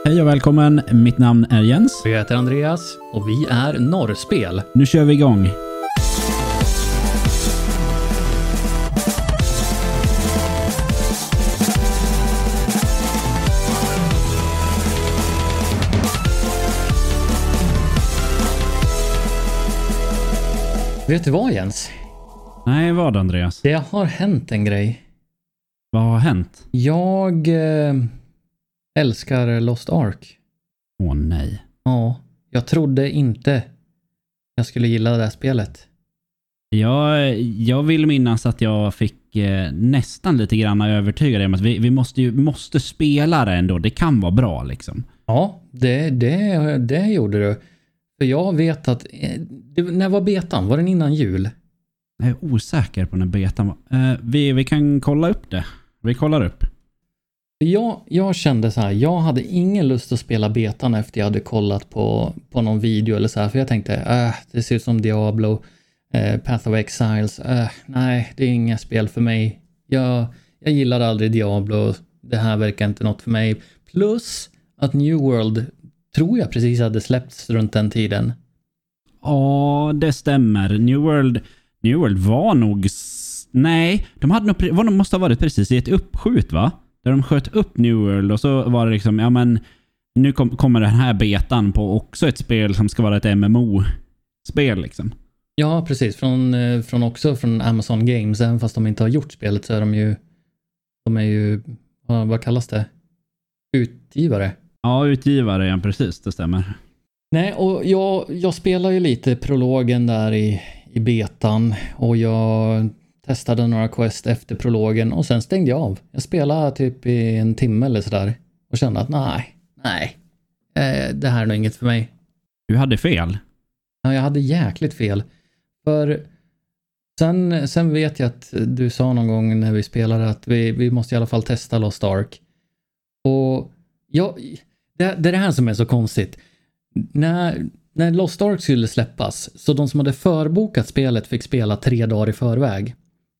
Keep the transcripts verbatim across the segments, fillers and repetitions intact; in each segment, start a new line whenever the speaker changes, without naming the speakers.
Hej och välkommen, mitt namn är Jens.
Jag heter Andreas och vi är Norrspel.
Nu kör vi igång.
Vet du vad, Jens?
Nej, vad Andreas?
Det har hänt en grej.
Vad har hänt?
Jag eh, älskar Lost Ark.
Åh nej.
Ja, jag trodde inte jag skulle gilla det här spelet.
Jag, jag vill minnas att jag fick eh, nästan lite grann övertygad om att vi, vi måste ju måste spela det ändå. Det kan vara bra liksom.
Ja, det, det, det gjorde du. För jag vet att... Eh, det, när var betan? Var den innan jul?
Jag är osäker på när betan var. Eh, vi, vi kan kolla upp det. Vi kollar upp.
Jag, jag kände så här, jag hade ingen lust att spela betan efter jag hade kollat på, på någon video eller så här. För jag tänkte, äh, det ser ut som Diablo, eh, Path of Exiles. Äh, nej, det är inga spel för mig. Jag, jag gillade aldrig Diablo. Det här verkar inte något för mig. Plus att New World tror jag precis hade släppts runt den tiden.
Ja, det stämmer. New World, New World var nog... S- nej, de hade nog, var, de måste ha varit precis i ett uppskjut, va? Där de sköt upp New World och så var det liksom, ja men nu kom, kommer den här betan på också ett spel som ska vara ett M M O-spel liksom.
Ja, precis. Från, från också från Amazon Games, även fast de inte har gjort spelet så är de ju, de är ju, vad kallas det? Utgivare.
Ja, utgivare, ja precis, det stämmer.
Nej, och jag, jag spelar ju lite prologen där i, i betan och jag testade några quest efter prologen och sen stängde jag av. Jag spelade typ i en timme eller sådär och kände att nej, nej, eh, det här är nog inget för mig.
Du hade fel.
Ja, jag hade jäkligt fel. För sen, sen vet jag att du sa någon gång när vi spelade att vi, vi måste i alla fall testa Lost Ark. Och jag, det, det är det här som är så konstigt. När, när Lost Ark skulle släppas, så de som hade förbokat spelet fick spela tre dagar i förväg.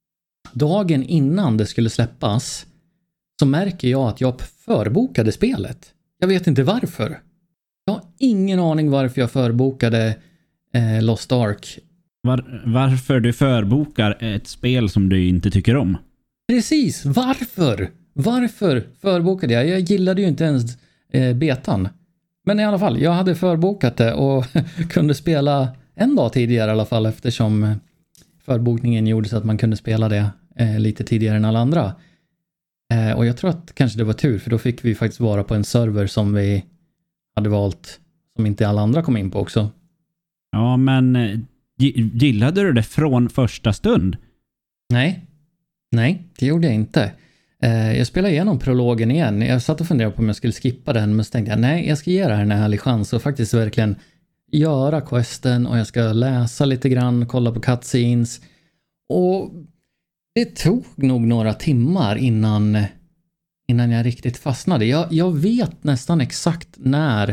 Dagen innan det skulle släppas så märker jag att jag förbokade spelet. Jag vet inte varför. Jag har ingen aning varför jag förbokade eh, Lost Ark.
Var, varför du förbokar ett spel som du inte tycker om?
Precis, varför? Varför förbokade jag? Jag gillade ju inte ens eh, betan. Men i alla fall, jag hade förbokat det och kunde spela en dag tidigare i alla fall eftersom förbokningen gjorde så att man kunde spela det eh, lite tidigare än alla andra. Eh, och jag tror att kanske det var tur för då fick vi faktiskt vara på en server som vi hade valt som inte alla andra kom in på också.
Ja, men gillade du det från första stund?
Nej, nej, det gjorde jag inte. Eh, jag spelade igenom prologen igen. Jag satt och funderade på om jag skulle skippa den men så tänkte jag, nej, jag ska ge det här en ärlig chans och faktiskt verkligen göra questen och jag ska läsa lite grann, kolla på cutscenes. Och det tog nog några timmar innan, innan jag riktigt fastnade. Jag, jag vet nästan exakt när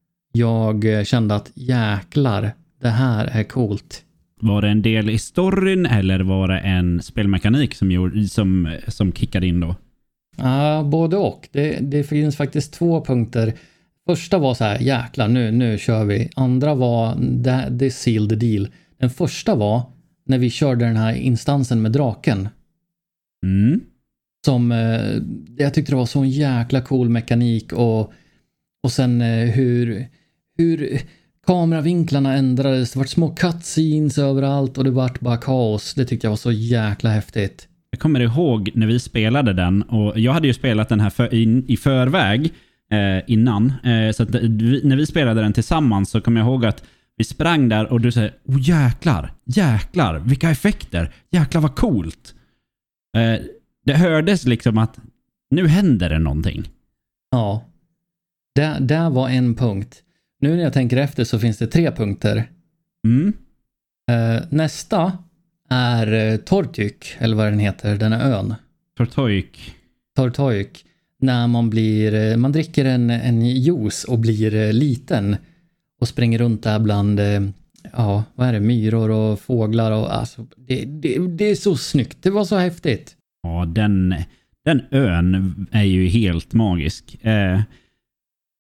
jag kände att jäklar, det här är coolt.
Var det en del i storyn eller var det en spelmekanik som, gjorde, som, som kickade in då?
Ja, uh, både och. Det, det finns faktiskt två punkter. Första var så här, jäklar, nu, nu kör vi. Andra var, det, det sealed the deal. Den första var när vi körde den här instansen med draken.
Mm.
Som, eh, jag tyckte det var så en jäkla cool mekanik och, och sen eh, hur, hur kameravinklarna ändrades. Det var små cutscenes överallt och det var bara kaos. Det tyckte jag var så jäkla häftigt.
Jag kommer ihåg när vi spelade den och jag hade ju spelat den här för, in, i förväg eh, innan. Eh, så att vi, när vi spelade den tillsammans så kommer jag ihåg att vi sprang där och du säger, åh jäklar, jäklar, vilka effekter, jäklar vad coolt. Eh, det hördes liksom att nu händer det någonting.
Ja, där, där var en punkt. Nu när jag tänker efter så finns det tre punkter.
Mm.
Eh, nästa är eh, Tortyk, eller vad den heter, den är ön.
Tortoik.
Tortoik. När man blir, eh, man dricker en, en juice och blir eh, liten och springer runt där bland, eh, ja, vad är det, myror och fåglar och alltså, det, det, det är så snyggt. Det var så häftigt.
Ja, den, den ön är ju helt magisk. Eh,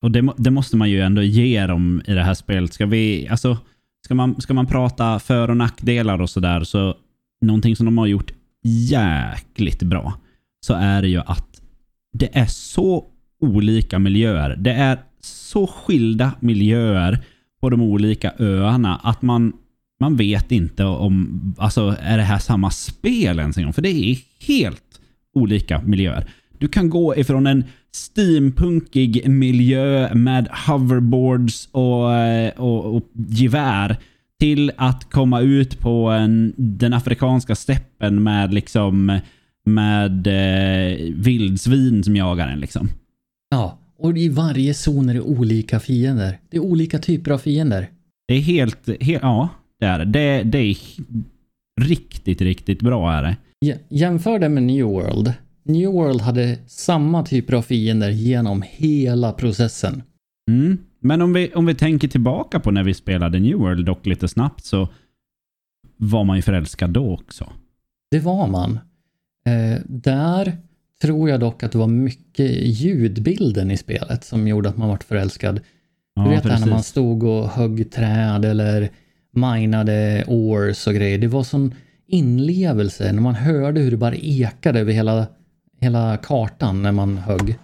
och det, det måste man ju ändå ge dem i det här spelet. Ska vi, alltså, ska man, ska man prata för- och nackdelar och sådär, så någonting som de har gjort jäkligt bra, så är det ju att det är så olika miljöer. Det är så skilda miljöer på de olika öarna att man, man vet inte om, alltså, är det här samma spel ens en gång? För det är helt olika miljöer. Du kan gå ifrån en steampunkig miljö med hoverboards och, och, och gevär till att komma ut på en, den afrikanska steppen med liksom med eh, vildsvin som jagar en liksom.
Ja, och i varje zon är det olika fiender. Det är olika typer av fiender.
Det är helt, helt ja, det är det. Det är riktigt, riktigt bra är det.
Ja, jämför det med New World. New World hade samma typer av fiender genom hela processen.
Mm. Men om vi, om vi tänker tillbaka på när vi spelade New World dock lite snabbt, så var man ju förälskad då också.
Det var man. Eh, där tror jag dock att det var mycket ljudbilden i spelet som gjorde att man var förälskad.
Ja,
du vet
precis.
när man stod och högg träd eller minade ores och grejer. Det var sån inlevelse när man hörde hur det bara ekade över hela, hela kartan när man högg.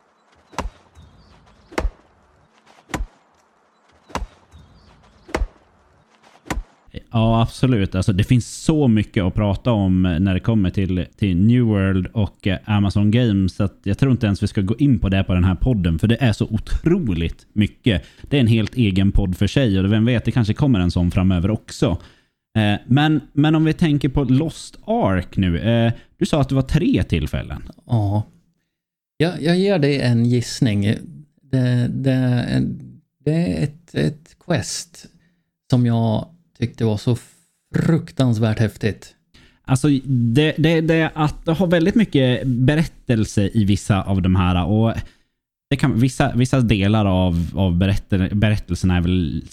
Ja, absolut. Alltså, det finns så mycket att prata om när det kommer till, till New World och eh, Amazon Games, så att jag tror inte ens vi ska gå in på det på den här podden, för det är så otroligt mycket. Det är en helt egen podd för sig, och vem vet, det kanske kommer en sån framöver också. Eh, men, men om vi tänker på Lost Ark nu. Eh, du sa att det var tre tillfällen.
Ja. Jag, jag ger dig en gissning. Det, det, det är ett, ett quest som jag tyckte var så fruktansvärt häftigt.
Alltså det, det, det är att det har väldigt mycket berättelse i vissa av de här, och det kan, vissa, vissa delar av, av berättel, berättelserna är väl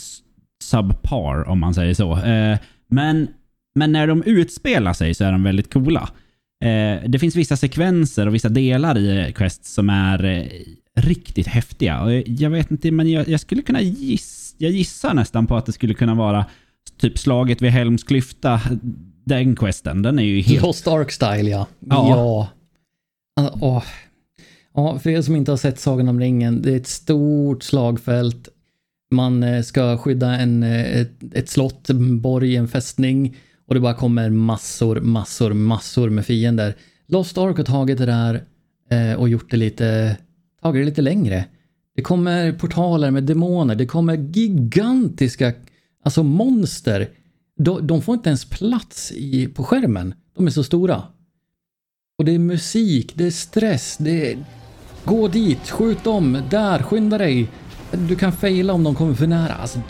subpar om man säger så. Eh, men, men när de utspelar sig så är de väldigt coola. Eh, det finns vissa sekvenser och vissa delar i Quest som är eh, riktigt häftiga. Och jag vet inte, men jag, jag skulle kunna giss, jag gissar nästan på att det skulle kunna vara typ slaget vid Helms klyfta. Den questen, den är ju helt...
Lost Ark style, ja.
Ja.
Ja. Alltså, åh. Ja, för er som inte har sett Sagan om ringen, det är ett stort slagfält. Man ska skydda en, ett, ett slott, en borg, en fästning, och det bara kommer massor, massor, massor med fiender. Lost Ark har tagit det där eh, och gjort det lite, tagit det lite längre. Det kommer portaler med demoner, det kommer gigantiska, alltså monster. De, de får inte ens plats i, på skärmen. De är så stora. Och det är musik, det är stress, det är gå dit, skjut dem, där, skynda dig. Du kan faila om de kommer för nära. Alltså,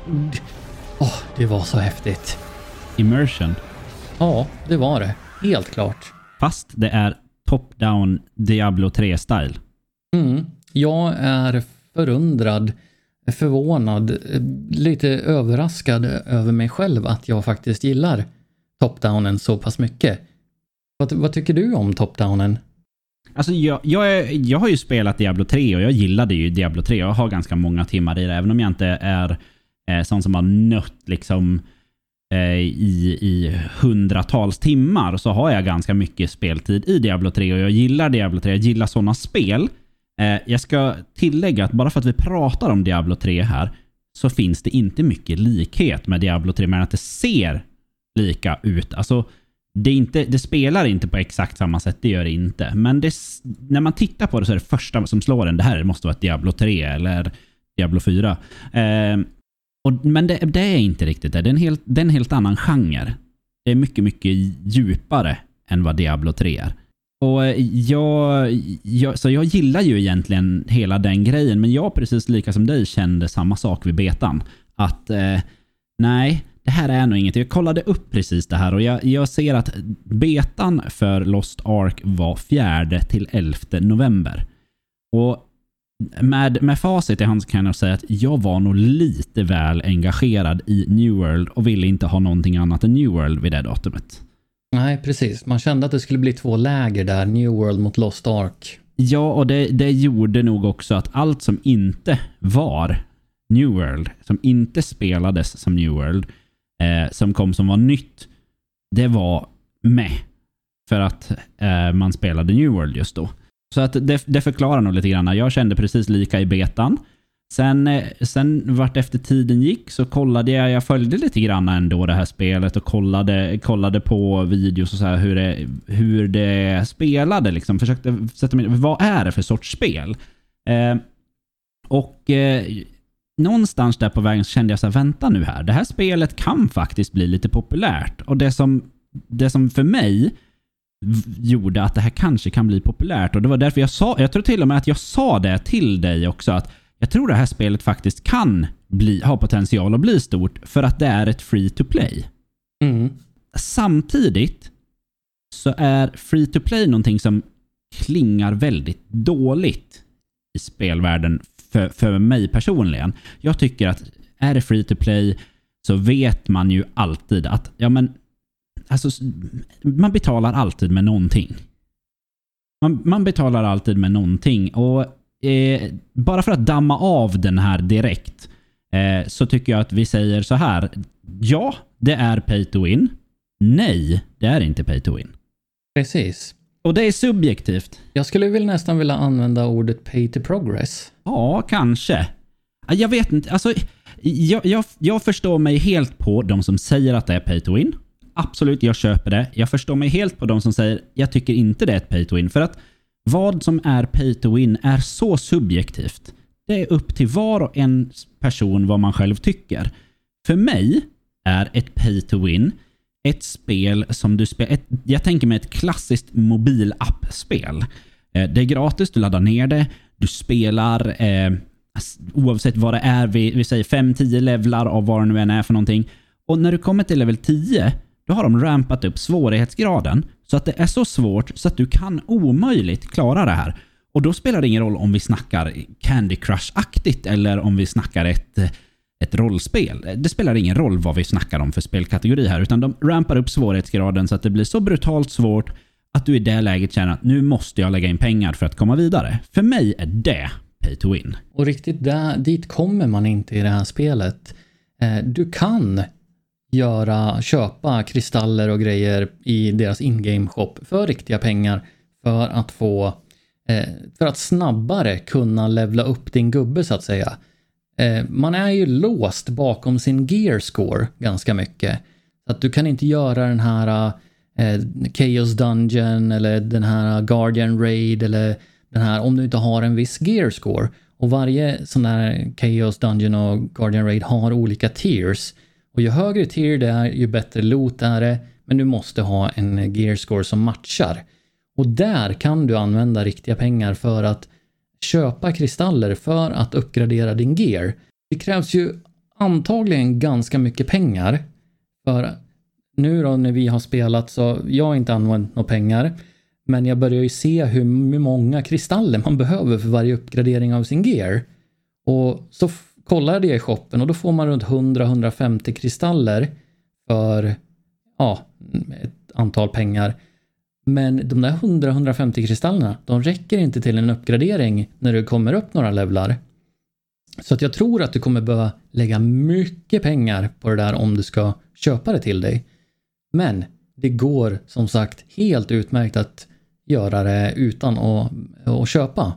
åh, det var så häftigt.
Immersion.
Ja, det var det. Helt klart.
Fast det är top-down Diablo tre-style.
Mm. Jag är förundrad, förvånad, lite överraskad över mig själv att jag faktiskt gillar top-downen så pass mycket. Vad, vad tycker du om top-downen?
Alltså jag, jag, är, jag har ju spelat Diablo tre och jag gillade ju Diablo tre. Jag har ganska många timmar i det, även om jag inte är eh, sån som har nött liksom eh, i, i hundratals timmar, så har jag ganska mycket speltid i Diablo tre och jag gillar Diablo tre. Jag gillar sådana spel. Eh, jag ska tillägga att bara för att vi pratar om Diablo tre här, så finns det inte mycket likhet med Diablo tre, men att det ser lika ut. Alltså Det, är inte, det spelar inte på exakt samma sätt, det gör det inte. Men det, när man tittar på det så är det första som slår en, det här måste vara ett Diablo tre eller Diablo fyra. Eh, och, men det, det är inte riktigt det. Det är, en helt, det är en helt annan genre. Det är mycket, mycket djupare än vad Diablo tre är. Och jag, jag, så jag gillar ju egentligen hela den grejen, men jag precis lika som dig kände samma sak vid betan. Att eh, nej, det här är nog inget. Jag kollade upp precis det här och jag, jag ser att betan för Lost Ark var fjärde till elfte november. Och med, med facit i hand kan jag säga att jag var nog lite väl engagerad i New World och ville inte ha någonting annat än New World vid det datumet.
Nej, precis. Man kände att det skulle bli två läger där, New World mot Lost Ark.
Ja, och det, det gjorde nog också att allt som inte var New World, som inte spelades som New World, eh, som kom som var nytt, det var med. För att eh, man spelade New World just då. Så att det, det förklarar nog lite grann. Jag kände precis lika i betan. Sen, eh, sen vart efter tiden gick så kollade jag, jag följde lite grann ändå det här spelet och kollade, kollade på videos och så här hur det, hur det spelade liksom. Försökte sätta mig, vad är det för sorts spel? Eh, och eh, någonstans där på vägen så kände jag så här, vänta nu här. Det här spelet kan faktiskt bli lite populärt. Och det som, det som för mig gjorde att det här kanske kan bli populärt, och det var därför jag sa, jag tror till och med att jag sa det till dig också, att jag tror det här spelet faktiskt kan bli, ha potential att bli stort för att det är ett free to play.
Mm.
Samtidigt så är free to play någonting som klingar väldigt dåligt i spelvärlden för, för mig personligen. Jag tycker att är det free to play så vet man ju alltid att ja men alltså, man betalar alltid med någonting. Man, man betalar alltid med någonting. Och eh, bara för att damma av den här direkt eh, så tycker jag att vi säger så här. Ja, det är pay to win. Nej, det är inte pay to win.
Precis.
Och det är subjektivt.
Jag skulle väl nästan vilja använda ordet pay to progress.
Ja, kanske. Jag vet inte. Alltså, jag, jag, jag förstår mig helt på de som säger att det är pay to win. Absolut, jag köper det. Jag förstår mig helt på de som säger jag tycker inte det är ett pay to win. För att vad som är pay to win är så subjektivt. Det är upp till var och en person vad man själv tycker. För mig är ett pay to win ett spel som du spelar. Ett, jag tänker mig ett klassiskt mobilappspel. Eh, det är gratis, du laddar ner det. Du spelar eh, oavsett vad det är. Vi, vi säger fem tio levlar av vad det nu än är för någonting. Och när du kommer till level tio, då har de rampat upp svårighetsgraden så att det är så svårt så att du kan omöjligt klara det här. Och då spelar det ingen roll om vi snackar Candy Crush-aktigt eller om vi snackar ett, ett rollspel. Det spelar ingen roll vad vi snackar om för spelkategori här, utan de rampar upp svårighetsgraden så att det blir så brutalt svårt att du i det läget känner att nu måste jag lägga in pengar för att komma vidare. För mig är det pay to win.
Och riktigt där, dit kommer man inte i det här spelet. Eh, du kan göra, köpa kristaller och grejer i deras in-game shop för riktiga pengar för att få eh, för att snabbare kunna levla upp din gubbe så att säga. Eh, man är ju låst bakom sin gear score ganska mycket. Så att du kan inte göra den här eh, Chaos Dungeon eller den här Guardian Raid eller den här om du inte har en viss gear score. Och varje sån där Chaos Dungeon och Guardian Raid har olika tiers. Och ju högre tier det är, ju bättre loot är det. Men du måste ha en gear score som matchar. Och där kan du använda riktiga pengar för att köpa kristaller för att uppgradera din gear. Det krävs ju antagligen ganska mycket pengar. För nu då när vi har spelat så jag har inte använt några pengar. Men jag börjar ju se hur många kristaller man behöver för varje uppgradering av sin gear. Och så kollar det i shoppen och då får man runt hundra till hundrafemtio kristaller för ja, ett antal pengar. Men de där hundra till hundrafemtio kristallerna, de räcker inte till en uppgradering när du kommer upp några levlar. Så att jag tror att du kommer behöva lägga mycket pengar på det där om du ska köpa det till dig. Men det går som sagt helt utmärkt att göra det utan att, att köpa.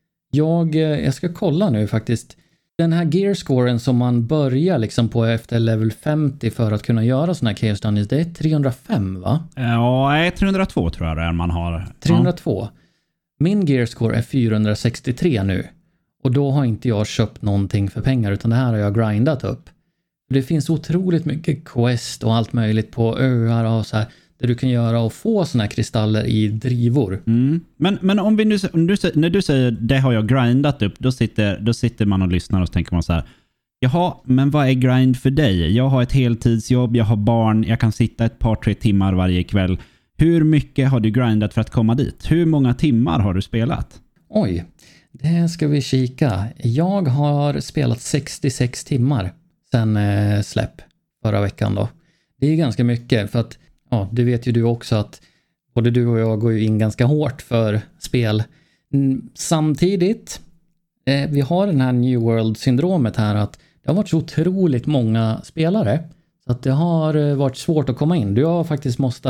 Jag, jag ska kolla nu faktiskt. Den här gear scoren som man börjar liksom på efter level femtio för att kunna göra såna här Chaos Dungeons, det är trehundrafem va?
Ja, trehundratvå tror jag det är man har.
trehundratvå. Ja. Min gear score är fyrahundrasextiotre nu. Och då har inte jag köpt någonting för pengar utan det här har jag grindat upp. Det finns otroligt mycket quest och allt möjligt på öar och så här där du kan göra och få såna här kristaller i drivor.
Mm. Men, men om vi nu, om du, när du säger det har jag grindat upp, då sitter, då sitter man och lyssnar och så tänker man så här, jaha, men vad är grind för dig? Jag har ett heltidsjobb, jag har barn, jag kan sitta ett par, tre timmar varje kväll. Hur mycket har du grindat för att komma dit? Hur många timmar har du spelat?
Oj, det ska vi kika. Jag har spelat sextiosex timmar sen eh, släpp förra veckan då. Det är ganska mycket för att ja, det vet ju du också att både du och jag går ju in ganska hårt för spel. Mm, samtidigt, eh, vi har den här New World-syndromet här att det har varit så otroligt många spelare så att det har eh, varit svårt att komma in. Du har faktiskt måste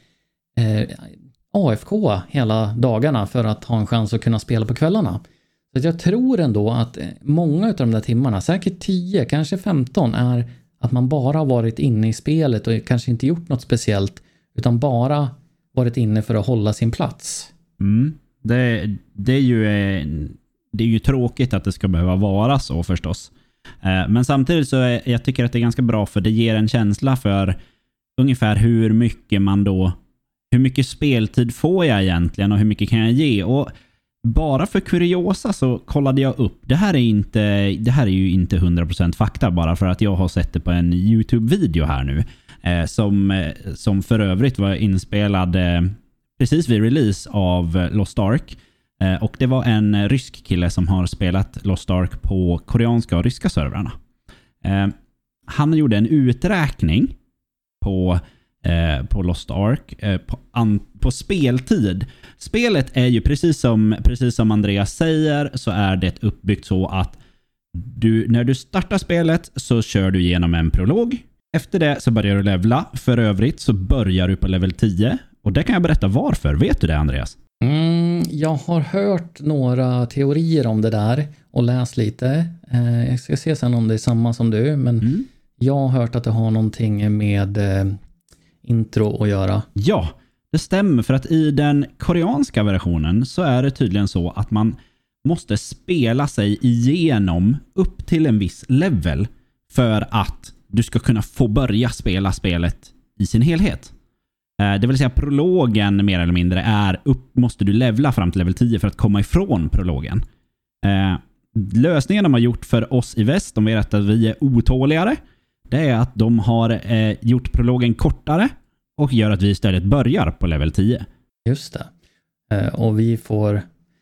eh, A F K hela dagarna för att ha en chans att kunna spela på kvällarna. Så att jag tror ändå att många av de där timmarna, säkert tio, kanske femton, är att man bara har varit inne i spelet och kanske inte gjort något speciellt utan bara varit inne för att hålla sin plats.
Mm. Det, det, är ju, det är ju tråkigt att det ska behöva vara så förstås. Men samtidigt så är, jag tycker att det är ganska bra för det ger en känsla för ungefär hur mycket man då, hur mycket speltid får jag egentligen och hur mycket kan jag ge. Och bara för kuriosa så kollade jag upp. Det här är inte det här är ju inte hundra procent fakta bara för att jag har sett det på en YouTube-video här nu eh, som, som för övrigt var inspelad eh, precis vid release av Lost Ark. Eh, och det var en rysk kille som har spelat Lost Ark på koreanska och ryska servrarna. Eh, han gjorde en uträkning på Eh, på Lost Ark eh, på, an, på speltid. Spelet är ju precis som, precis som Andreas säger så är det uppbyggt så att du, när du startar spelet så kör du igenom en prolog. Efter det så börjar du levla. För övrigt så börjar du på level tio och det kan jag berätta varför. Vet du det, Andreas?
Mm, jag har hört några teorier om det där och läst lite. Eh, jag ska se sen om det är samma som du, men mm. jag har hört att det har någonting med eh, intro att göra.
Ja, det stämmer för att i den koreanska versionen så är det tydligen så att man måste spela sig igenom upp till en viss level för att du ska kunna få börja spela spelet i sin helhet. Det vill säga prologen mer eller mindre är upp, måste du levla fram till level tio för att komma ifrån prologen. Lösningen de har gjort för oss i väst, de vet att vi är otåligare. Det är att de har eh, gjort prologen kortare och gör att vi istället börjar på level tio.
Just det. Eh, och vi får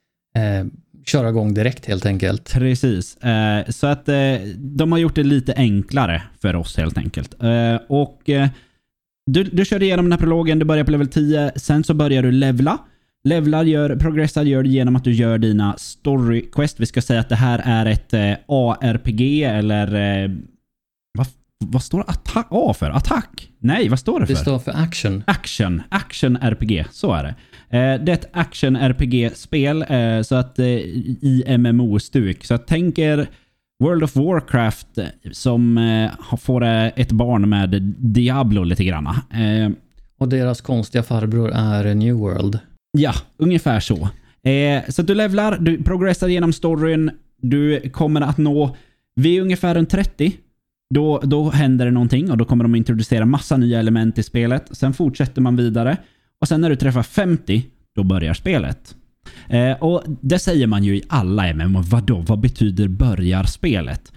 eh, köra igång direkt helt enkelt.
Precis. Eh, så att eh, de har gjort det lite enklare för oss helt enkelt. Eh, och eh, du, du kör igenom den här prologen, du börjar på level tio, sen så börjar du levla. Levlar gör, progressar gör det genom att du gör dina story quest. Vi ska säga att det här är ett eh, A R P G eller... Eh, vad Vad står attack A för? Attack? Nej, vad står det för?
Det står för action.
Action. Action R P G, så är det. Eh, det är ett action R P G-spel eh, så att, eh, i M M O-stuk. Så att tänk er World of Warcraft som eh, får eh, ett barn med Diablo lite grann. Eh,
Och deras konstiga farbror är New World.
Ja, ungefär så. Eh, så att du levlar, du progressar genom storyn, du kommer att nå, vi är ungefär runt trettio. Då, då händer det någonting och då kommer de att introducera massa nya element i spelet. Sen fortsätter man vidare. Och sen när du träffar femtio, då börjar spelet. Eh, och det säger man ju i alla M M O. Vadå? Vad betyder börjar spelet?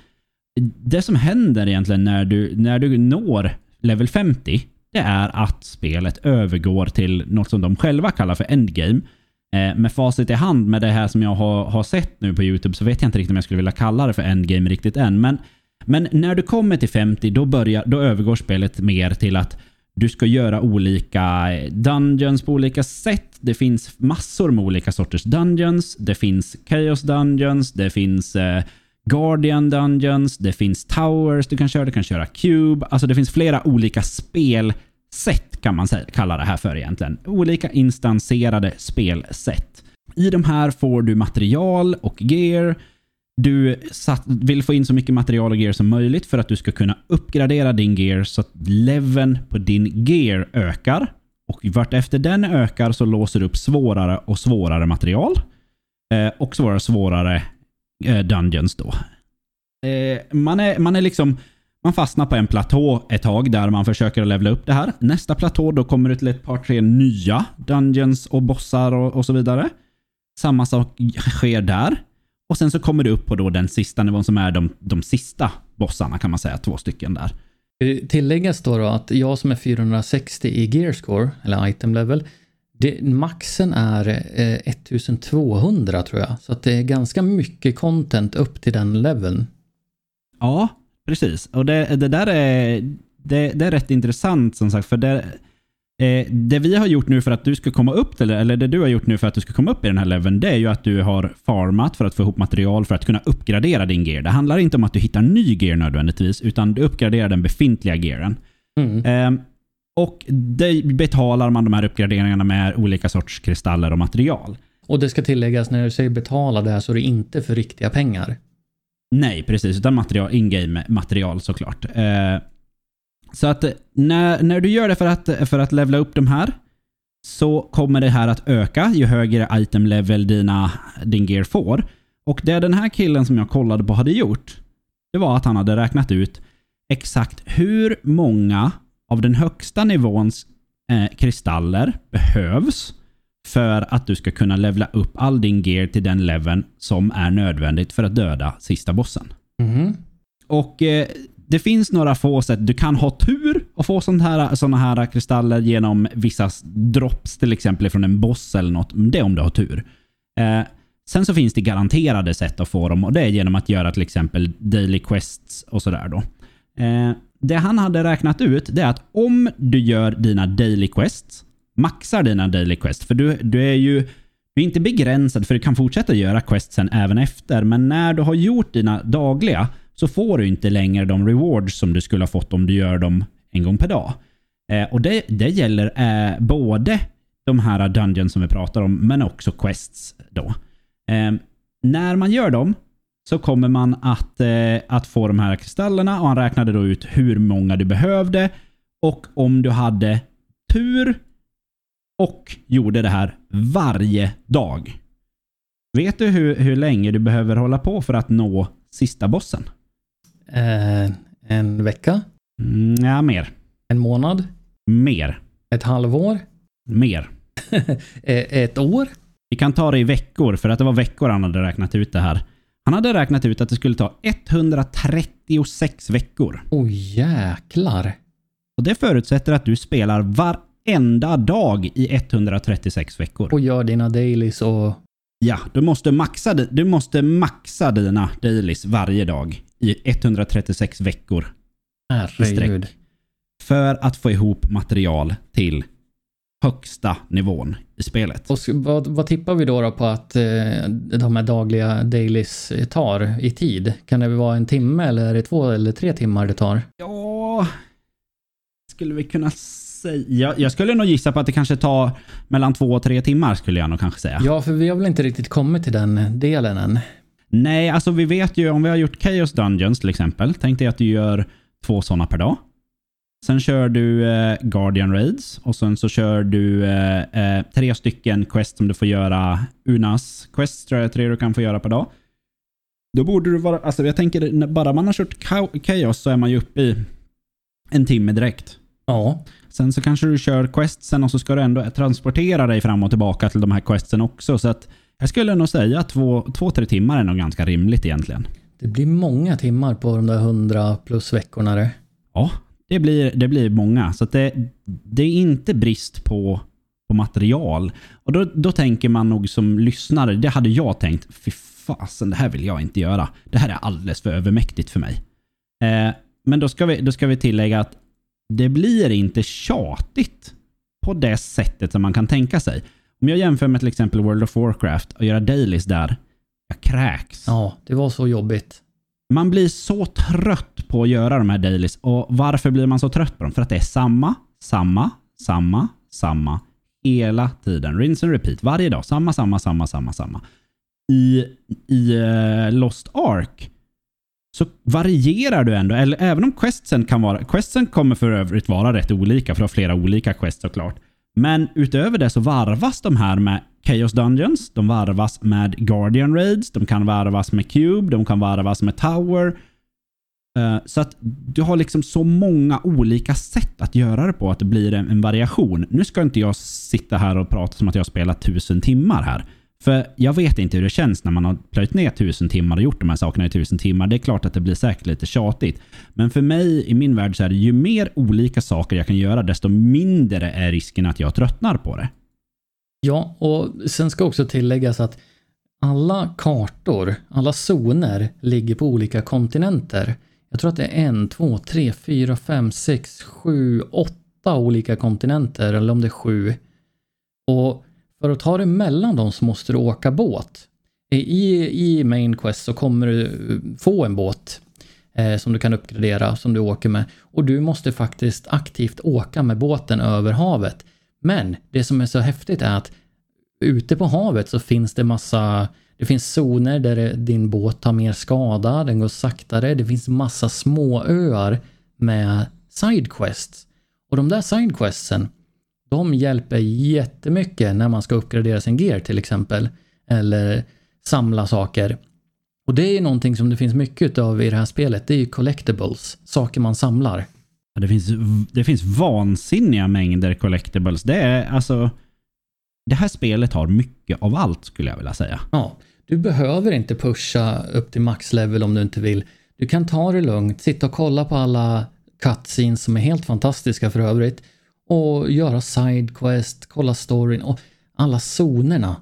Det som händer egentligen när du, när du når level femtio, det är att spelet övergår till något som de själva kallar för endgame. Eh, med facit i hand med det här som jag har, har sett nu på YouTube så vet jag inte riktigt om jag skulle vilja kalla det för endgame riktigt än. Men Men när du kommer till femtio då, börjar, då övergår spelet mer till att du ska göra olika dungeons på olika sätt. Det finns massor med olika sorters dungeons. Det finns Chaos Dungeons. Det finns eh, Guardian Dungeons. Det finns Towers du kan köra. Du kan köra Cube. Alltså det finns flera olika spelsätt kan man säga, kalla det här för egentligen. Olika instanserade spelsätt. I de här får du material och gear. Du vill få in så mycket material och gear som möjligt för att du ska kunna uppgradera din gear så att leveln på din gear ökar. Och vart efter den ökar så låser du upp svårare och svårare material. Eh, och svårare och svårare eh, dungeons då. Eh, man, är, man är liksom... Man fastnar på en platå ett tag där man försöker att levela upp det här. Nästa platå då kommer det till ett par tre nya dungeons och bossar och, och så vidare. Samma sak sker där. Och sen så kommer det upp på då den sista nivån som är de, de sista bossarna kan man säga, två stycken där.
Tilläggas då, då att jag som är fyrahundrasextio i gear score, eller item level, det, maxen är eh, ettusentvåhundra tror jag. Så att det är ganska mycket content upp till den leveln.
Ja, precis. Och det, det där är, det, det är rätt intressant som sagt, för det, Eh, det vi har gjort nu för att du ska komma upp till, eller det du har gjort nu för att du ska komma upp i den här leveln, det är ju att du har farmat för att få ihop material för att kunna uppgradera din gear. Det handlar inte om att du hittar ny gear nödvändigtvis, utan du uppgraderar den befintliga gearen.
Mm.
Eh, och det betalar man de här uppgraderingarna med olika sorts kristaller och material.
Och det ska tilläggas, när du säger betala det här så är det inte för riktiga pengar.
Nej, precis. Utan material, in-game material såklart. Eh, så att när, när du gör det för att, för att levela upp de här, så kommer det här att öka ju högre item level dina, din gear får. Och det den här killen som jag kollade på hade gjort, det var att han hade räknat ut exakt hur många av den högsta nivåns eh, kristaller behövs för att du ska kunna levela upp all din gear till den leveln som är nödvändigt för att döda sista bossen.
Mm.
Och eh, det finns några få sätt. Du kan ha tur och få såna här, såna här kristaller genom vissa drops, till exempel från en boss eller något. Det är om du har tur. Eh, sen så finns det garanterade sätt att få dem, och det är genom att göra till exempel daily quests och sådär då. Eh, det han hade räknat ut, det är att om du gör dina daily quests, maxar dina daily quests, för du, du är ju du är inte begränsad, för du kan fortsätta göra questsen även efter, men när du har gjort dina dagliga så får du inte längre de rewards som du skulle ha fått om du gör dem en gång per dag. Eh, och det, det gäller eh, både de här dungeons som vi pratar om, men också quests då. Eh, när man gör dem så kommer man att, eh, att få de här kristallerna, och han räknade då ut hur många du behövde, och om du hade tur och gjorde det här varje dag. Vet du hur, hur länge du behöver hålla på för att nå sista bossen?
Eh, en vecka?
Mm, ja, mer.
En månad?
Mer.
Ett halvår?
Mer.
Ett år?
Vi kan ta det i veckor, för att det var veckor han hade räknat ut det här. Han hade räknat ut att det skulle ta etthundratrettiosex veckor.
Oj, jäklar.
Och det förutsätter att du spelar varenda dag i etthundratrettiosex veckor.
Och gör dina dailies och...
Ja, du måste maxa, du måste maxa dina dailies varje dag i etthundratrettiosex veckor.
Herregud.
För att få ihop material till högsta nivån i spelet.
Och vad, vad tippar vi då, då på att eh, de här dagliga dailies tar i tid? Kan det vara en timme, eller är det två eller tre timmar det tar?
Ja, skulle vi kunna säga. Jag skulle nog gissa på att det kanske tar mellan två och tre timmar, skulle jag nog kanske säga.
Ja, för vi har väl inte riktigt kommit till den delen än.
Nej, alltså vi vet ju, om vi har gjort Chaos Dungeons till exempel, tänk dig att du gör två sådana per dag. Sen kör du eh, Guardian Raids, och sen så kör du eh, eh, tre stycken quests som du får göra. Unas quests tror jag tre du kan få göra per dag. Då borde du vara, alltså jag tänker, när bara man har kört Chaos så är man ju uppe i en timme direkt.
Ja.
Sen så kanske du kör questsen, och så ska du ändå transportera dig fram och tillbaka till de här questsen också. Så att jag skulle nog säga att två, två, tre timmar är nog ganska rimligt egentligen.
Det blir många timmar på de där hundra plus veckorna där.
Ja, det blir, det blir många. Så att det, det är inte brist på, på material. Och då, då tänker man nog som lyssnare, det hade jag tänkt, fy fasen, det här vill jag inte göra. Det här är alldeles för övermäktigt för mig. Eh, men då ska, vi, då ska vi tillägga att det blir inte tjatigt på det sättet som man kan tänka sig. Om jag jämför med till exempel World of Warcraft och göra dailies där, jag kräks.
Ja, det var så jobbigt.
Man blir så trött på att göra de här dailies. Och varför blir man så trött på dem? För att det är samma, samma, samma, samma hela tiden. Rinse and repeat. Varje dag. Samma, samma, samma, samma, samma. I, i uh, Lost Ark så varierar du ändå. Eller även om questsen kan vara... Questsen kommer för övrigt vara rätt olika, för att ha flera olika quests såklart. Men utöver det så varvas de här med Chaos Dungeons, de varvas med Guardian Raids, de kan varvas med Cube, de kan varvas med Tower. Uh, så att du har liksom så många olika sätt att göra det på, att det blir en, en variation. Nu ska inte jag sitta här och prata som att jag spelar tusen timmar här. För jag vet inte hur det känns när man har plöjt ner tusen timmar och gjort de här sakerna i tusen timmar. Det är klart att det blir säkert lite tjatigt. Men för mig, i min värld, så är det ju mer olika saker jag kan göra, desto mindre är risken att jag tröttnar på det.
Ja, och sen ska också tilläggas att alla kartor, alla zoner ligger på olika kontinenter. Jag tror att det är en, två, tre, fyra, fem, sex, sju, åtta åtta olika kontinenter, eller om det är sju. Och för att ta det mellan dem så måste du åka båt. I, i Main Quest så kommer du få en båt eh, som du kan uppgradera, som du åker med. Och du måste faktiskt aktivt åka med båten över havet. Men det som är så häftigt är att ute på havet så finns det massa, det finns zoner där din båt tar mer skada, den går saktare. Det finns massa små öar med sidequests. Och de där sidequestsen, de hjälper jättemycket när man ska uppgradera sin gear till exempel. Eller samla saker. Och det är någonting som det finns mycket av i det här spelet. Det är ju collectibles, saker man samlar.
Ja, det finns, det finns vansinniga mängder collectibles. Det är alltså... Det här spelet har mycket av allt, skulle jag vilja säga.
Ja, du behöver inte pusha upp till maxlevel om du inte vill. Du kan ta det lugnt, sitta och kolla på alla cutscenes som är helt fantastiska för övrigt. Och göra sidequest, kolla storyn och alla zonerna.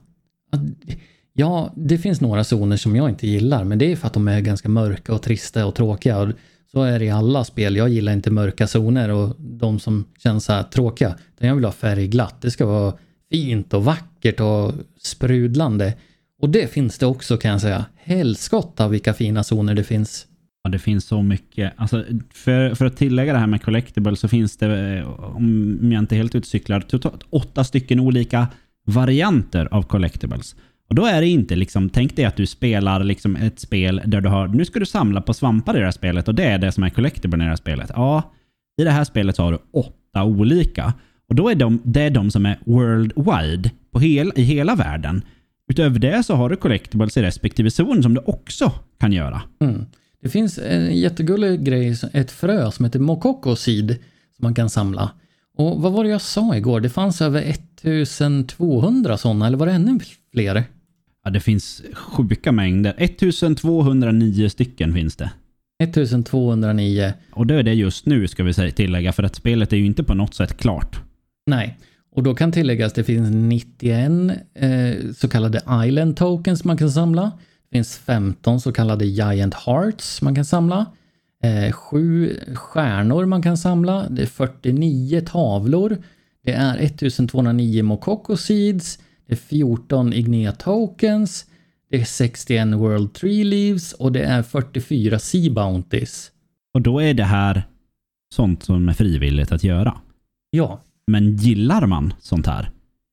Ja, det finns några zoner som jag inte gillar, men det är för att de är ganska mörka och trista och tråkiga. Och så är det i alla spel. Jag gillar inte mörka zoner och de som känns så här tråkiga. Jag vill ha färgglatt. Det ska vara fint och vackert och sprudlande. Och det finns det också, kan jag säga. Helskotta vilka fina zoner det finns.
Ja, det finns så mycket. Alltså, för, för att tillägga det här med collectibles så finns det, om jag inte helt utcyklar, totalt åtta stycken olika varianter av collectibles. Och då är det inte liksom, tänk dig att du spelar liksom ett spel där du har, nu ska du samla på svampar i det här spelet och det är det som är collectible i det här spelet. Ja, i det här spelet så har du åtta olika. Och då är de, det är de som är worldwide på hel, i hela världen. Utöver det så har du collectibles i respektive zon som du också kan göra.
Mm. Det finns en jättegullig grej, ett frö som heter Mokoko Seed som man kan samla. Och vad var det jag sa igår? Det fanns över ettusentvåhundra sådana, eller var det ännu fler?
Ja, det finns sjuka mängder. ettusentvåhundranio stycken finns det.
ettusentvåhundranio.
Och det är det just nu, ska vi säga, tillägga, för att spelet är ju inte på något sätt klart.
Nej, och då kan tilläggas att det finns nittioen eh, så kallade Island Tokens man kan samla. Det finns femton så kallade Giant Hearts man kan samla. Eh, sju stjärnor man kan samla. Det är fyrtionio tavlor. Det är ettusentvåhundranio Mokoko Seeds. Det är fjorton Ignea Tokens. Det är sextioen World Tree Leaves. Och det är fyrtiofyra Sea Bounties.
Och då är det här sånt som är frivilligt att göra.
Ja.
Men gillar man sånt här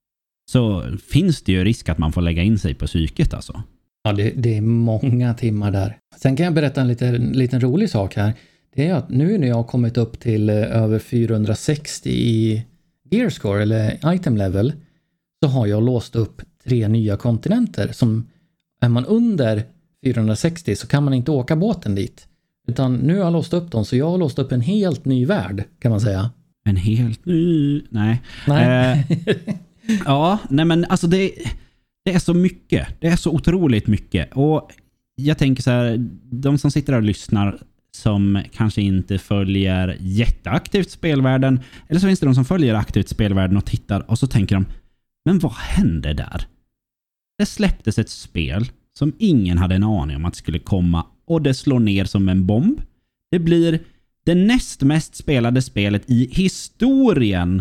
så finns det ju risk att man får lägga in sig på psyket alltså.
Ja, det, det är många timmar där. Sen kan jag berätta en liten, liten rolig sak här. Det är att nu när jag har kommit upp till över fyrahundrasextio i gear score eller item level så har jag låst upp tre nya kontinenter. Som är man under fyrahundrasextio så kan man inte åka båten dit. Utan nu har jag låst upp dem, så jag har låst upp en helt ny värld, kan man säga.
En helt ny... Nej.
Nej.
Eh, ja, nej men alltså det, det är så mycket. Det är så otroligt mycket. Och jag tänker så här, de som sitter där och lyssnar som kanske inte följer jätteaktivt spelvärlden, eller så finns det de som följer aktivt spelvärlden och tittar och så tänker de, men vad hände där? Det släpptes ett spel som ingen hade en aning om att det skulle komma och det slår ner som en bomb. Det blir det näst mest spelade spelet i historien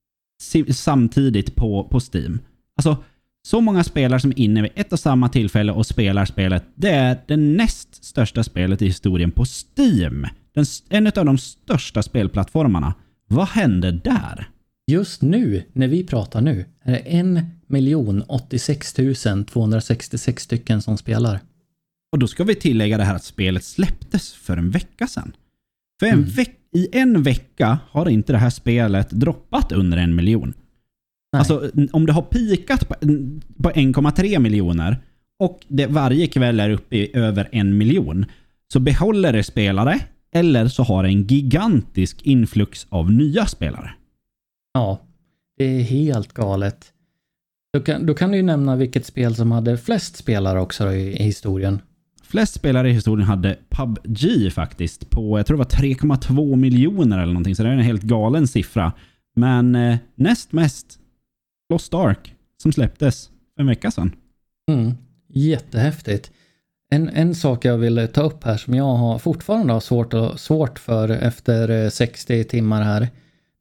samtidigt på, på Steam. Alltså, så många spelare som är inne vid ett och samma tillfälle och spelar spelet. Det är det näst största spelet i historien på Steam. Den, en av de största spelplattformarna. Vad hände där?
Just nu, när vi pratar nu, är det en miljon åttiosex tusen tvåhundrasextiosex stycken som spelar.
Och då ska vi tillägga det här att spelet släpptes för en vecka sedan. För en
Mm.
veck- i en vecka har inte det här spelet droppat under en miljon.
Nej.
Alltså om det har pikat på, på en komma tre miljoner och det varje kväll är uppe i över en miljon, så behåller det spelare eller så har det en gigantisk influx av nya spelare.
Ja, det är helt galet. Då kan, då kan du ju nämna vilket spel som hade flest spelare också i, i historien.
Flest spelare i historien hade P U B G faktiskt på, jag tror det var tre komma två miljoner eller någonting, så det är en helt galen siffra. Men eh, näst mest Lost Ark som släpptes för en vecka sedan.
Mm, jättehäftigt. En, en sak jag vill ta upp här som jag har fortfarande har svårt, och, svårt för efter sextio timmar här,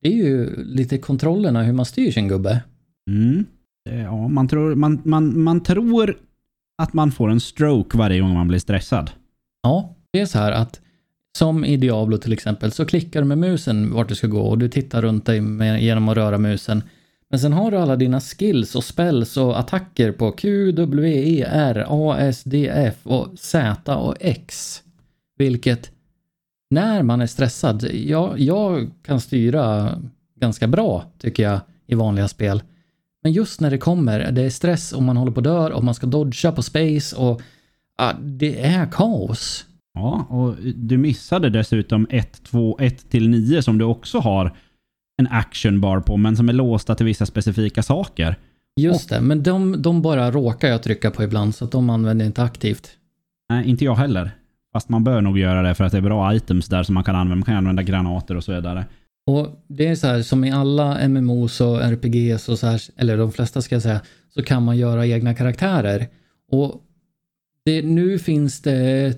det är ju lite kontrollerna hur man styr sin gubbe.
Mm. Ja, man tror, man, man, man tror att man får en stroke varje gång man blir stressad.
Ja, det är så här att som i Diablo till exempel så klickar du med musen vart du ska gå och du tittar runt dig med, genom att röra musen. Men sen har du alla dina skills och spells och attacker på Q, W, E, R, A, S, D, F och Z och X. Vilket när man är stressad, jag, jag kan styra ganska bra tycker jag i vanliga spel. Men just när det kommer, det är stress och man håller på att dör och man ska dodga på space och ja, det är kaos.
Ja, och du missade dessutom ett, två, ett till nio som du också har en action bar på men som är låsta till vissa specifika saker.
Just det, men de, de bara råkar jag trycka på ibland så att de använder inte aktivt.
Nej, inte jag heller. Fast man bör nog göra det för att det är bra items där som man kan använda. Man kan använda granater och så vidare.
Och det är så här, som i alla M M Os och R P Gs och så här, eller de flesta ska jag säga, så kan man göra egna karaktärer. Och det, nu finns det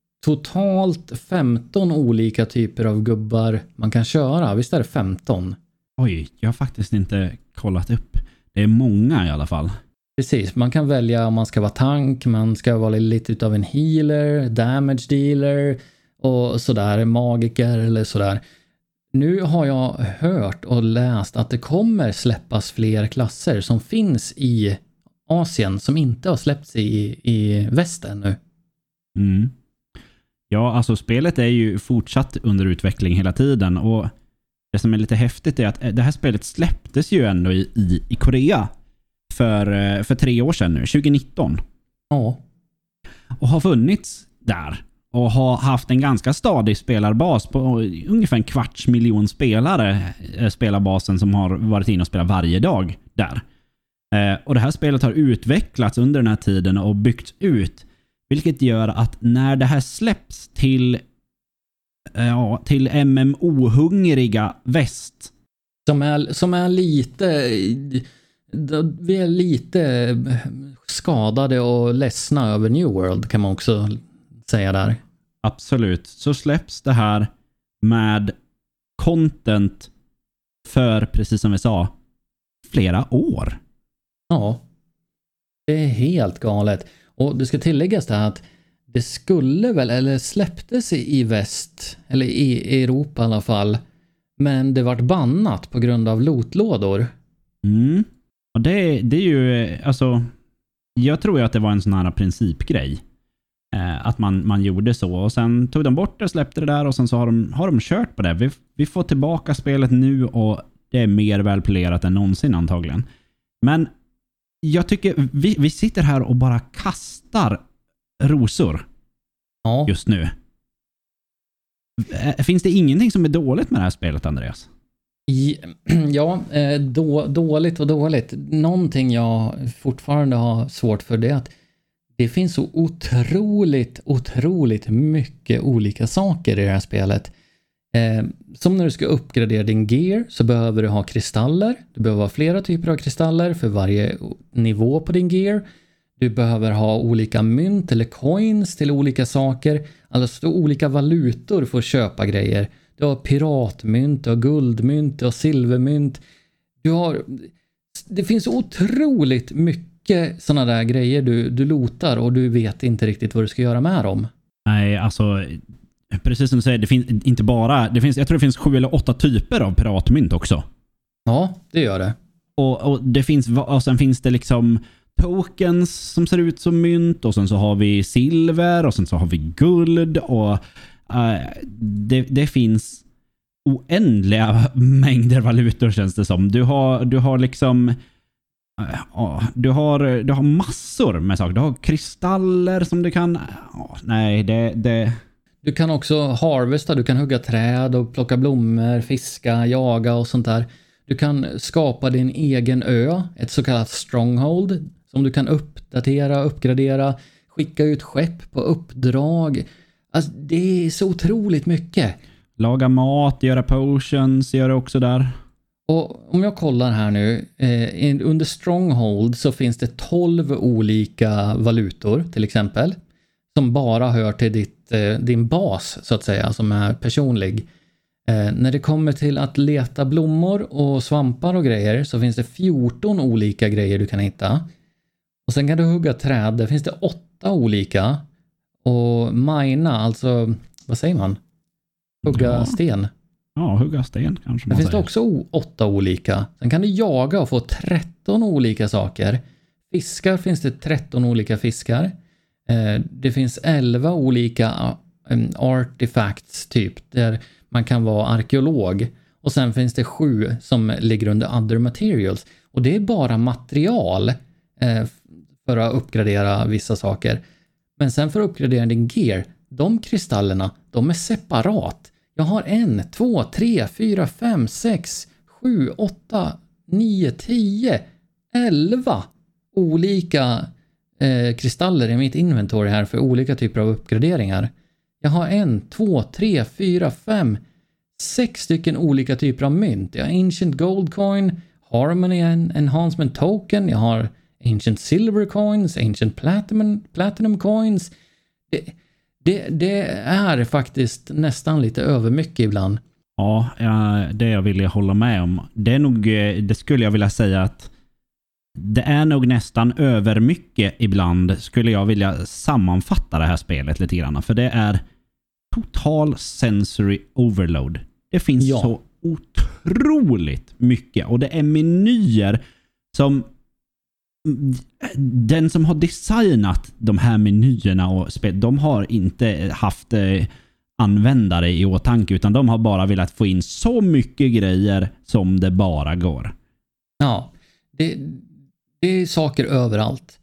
totalt femton olika typer av gubbar man kan köra. Visst är det femton?
Oj, jag har faktiskt inte kollat upp. Det är många i alla fall.
Precis, man kan välja om man ska vara tank, man ska vara lite utav en healer, damage dealer och sådär, magiker eller sådär. Nu har jag hört och läst att det kommer släppas fler klasser som finns i Asien som inte har släppts i, i väst ännu.
Mm. Ja, alltså spelet är ju fortsatt under utveckling hela tiden och det som är lite häftigt är att det här spelet släpptes ju ändå i, i, i Korea för, för tre år sedan nu, tjugonitton.
Ja.
Och har funnits där och har haft en ganska stadig spelarbas på ungefär en kvarts miljon spelare, spelarbasen som har varit inne och spelat varje dag där. Eh, och det här spelet har utvecklats under den här tiden och byggts ut, vilket gör att när det här släpps till ja, till M M O-hungriga väst.
Som är, som är lite vi är lite skadade och ledsna över New World kan man också säga där.
Absolut. Så släpps det här med content för, precis som vi sa, flera år.
Ja. Det är helt galet. Och det ska tilläggas det här att det skulle väl, eller släpptes i väst, eller i Europa i alla fall, men det vart bannat på grund av lootlådor.
Mm. Och det, det är ju, alltså, jag tror ju att det var en sån här principgrej. Eh, att man, man gjorde så. Och sen tog de bort det, släppte det där och sen så har de, har de kört på det. Vi, vi får tillbaka spelet nu och det är mer välpolerat än någonsin antagligen. Men jag tycker, vi, vi sitter här och bara kastar rosor
ja.
Just nu. Finns det ingenting som är dåligt med det här spelet, Andreas?
I, ja, då, dåligt och dåligt. Någonting jag fortfarande har svårt för det är att det finns så otroligt, otroligt mycket olika saker i det här spelet. Eh, som när du ska uppgradera din gear så behöver du ha kristaller. Du behöver ha flera typer av kristaller för varje nivå på din gear. Du behöver ha olika mynt eller coins till olika saker. Alltså olika valutor för att köpa grejer. Du har piratmynt, du har guldmynt, du har silvermynt. Du har... Det finns otroligt mycket sådana där grejer du, du lotar och du vet inte riktigt vad du ska göra med dem.
Nej, alltså... Precis som du säger, det finns inte bara... Det finns, jag tror det finns sju eller åtta typer av piratmynt också.
Ja, det gör det.
Och, och, det finns, och sen finns det liksom tokens som ser ut som mynt och sen så har vi silver och sen så har vi guld och uh, det, det finns oändliga mängder valutor känns det som. Du har, du har liksom uh, du, har, du har massor med saker. Du har kristaller som du kan... Uh, nej, det... det
Du kan också harvesta, du kan hugga träd och plocka blommor, fiska, jaga och sånt där. Du kan skapa din egen ö, ett så kallat stronghold, som du kan uppdatera, uppgradera, skicka ut skepp på uppdrag. Alltså det är så otroligt mycket.
Laga mat, göra potions, göra också där.
Och om jag kollar här nu, eh, under stronghold så finns det tolv olika valutor till exempel. Som bara hör till ditt, eh, din bas så att säga, som är personlig. Eh, när det kommer till att leta blommor och svampar och grejer så finns det fjorton olika grejer du kan hitta. Och sen kan du hugga träd, där finns det åtta olika. Och mina, alltså vad säger man? Hugga
ja.
sten.
Ja, hugga sten kanske
Det
man
finns
säger.
det också o- åtta olika. Sen kan du jaga och få tretton olika saker. Fiskar finns det tretton olika fiskar. Eh, det finns elva olika um, artifacts typ, där man kan vara arkeolog. Och sen finns det sju som ligger under other materials. Och det är bara material eh, för att uppgradera vissa saker. Men sen för att uppgradera din gear, de kristallerna, de är separat. Jag har en, två, tre, fyra, fem, sex, sju, åtta, nio, tio, elva olika eh, kristaller i mitt inventory här för olika typer av uppgraderingar. Jag har en, två, tre, fyra, fem, sex stycken olika typer av mynt. Jag har Ancient Gold Coin, Harmony Enhancement Token, jag har Ancient Silver Coins, Ancient Platinum, Platinum Coins. Det, det, det är faktiskt nästan lite övermycket ibland.
Ja, det jag vill jag hålla med om. Det är nog, det skulle jag vilja säga att det är nog nästan övermycket ibland, skulle jag vilja sammanfatta det här spelet lite grann. För det är total sensory overload. Det finns
Ja.
så otroligt mycket. Och det är menyer som den som har designat de här menyerna och spel, de har inte haft eh, användare i åtanke, utan de har bara velat få in så mycket grejer som det bara går.
Ja, det, det är saker överallt.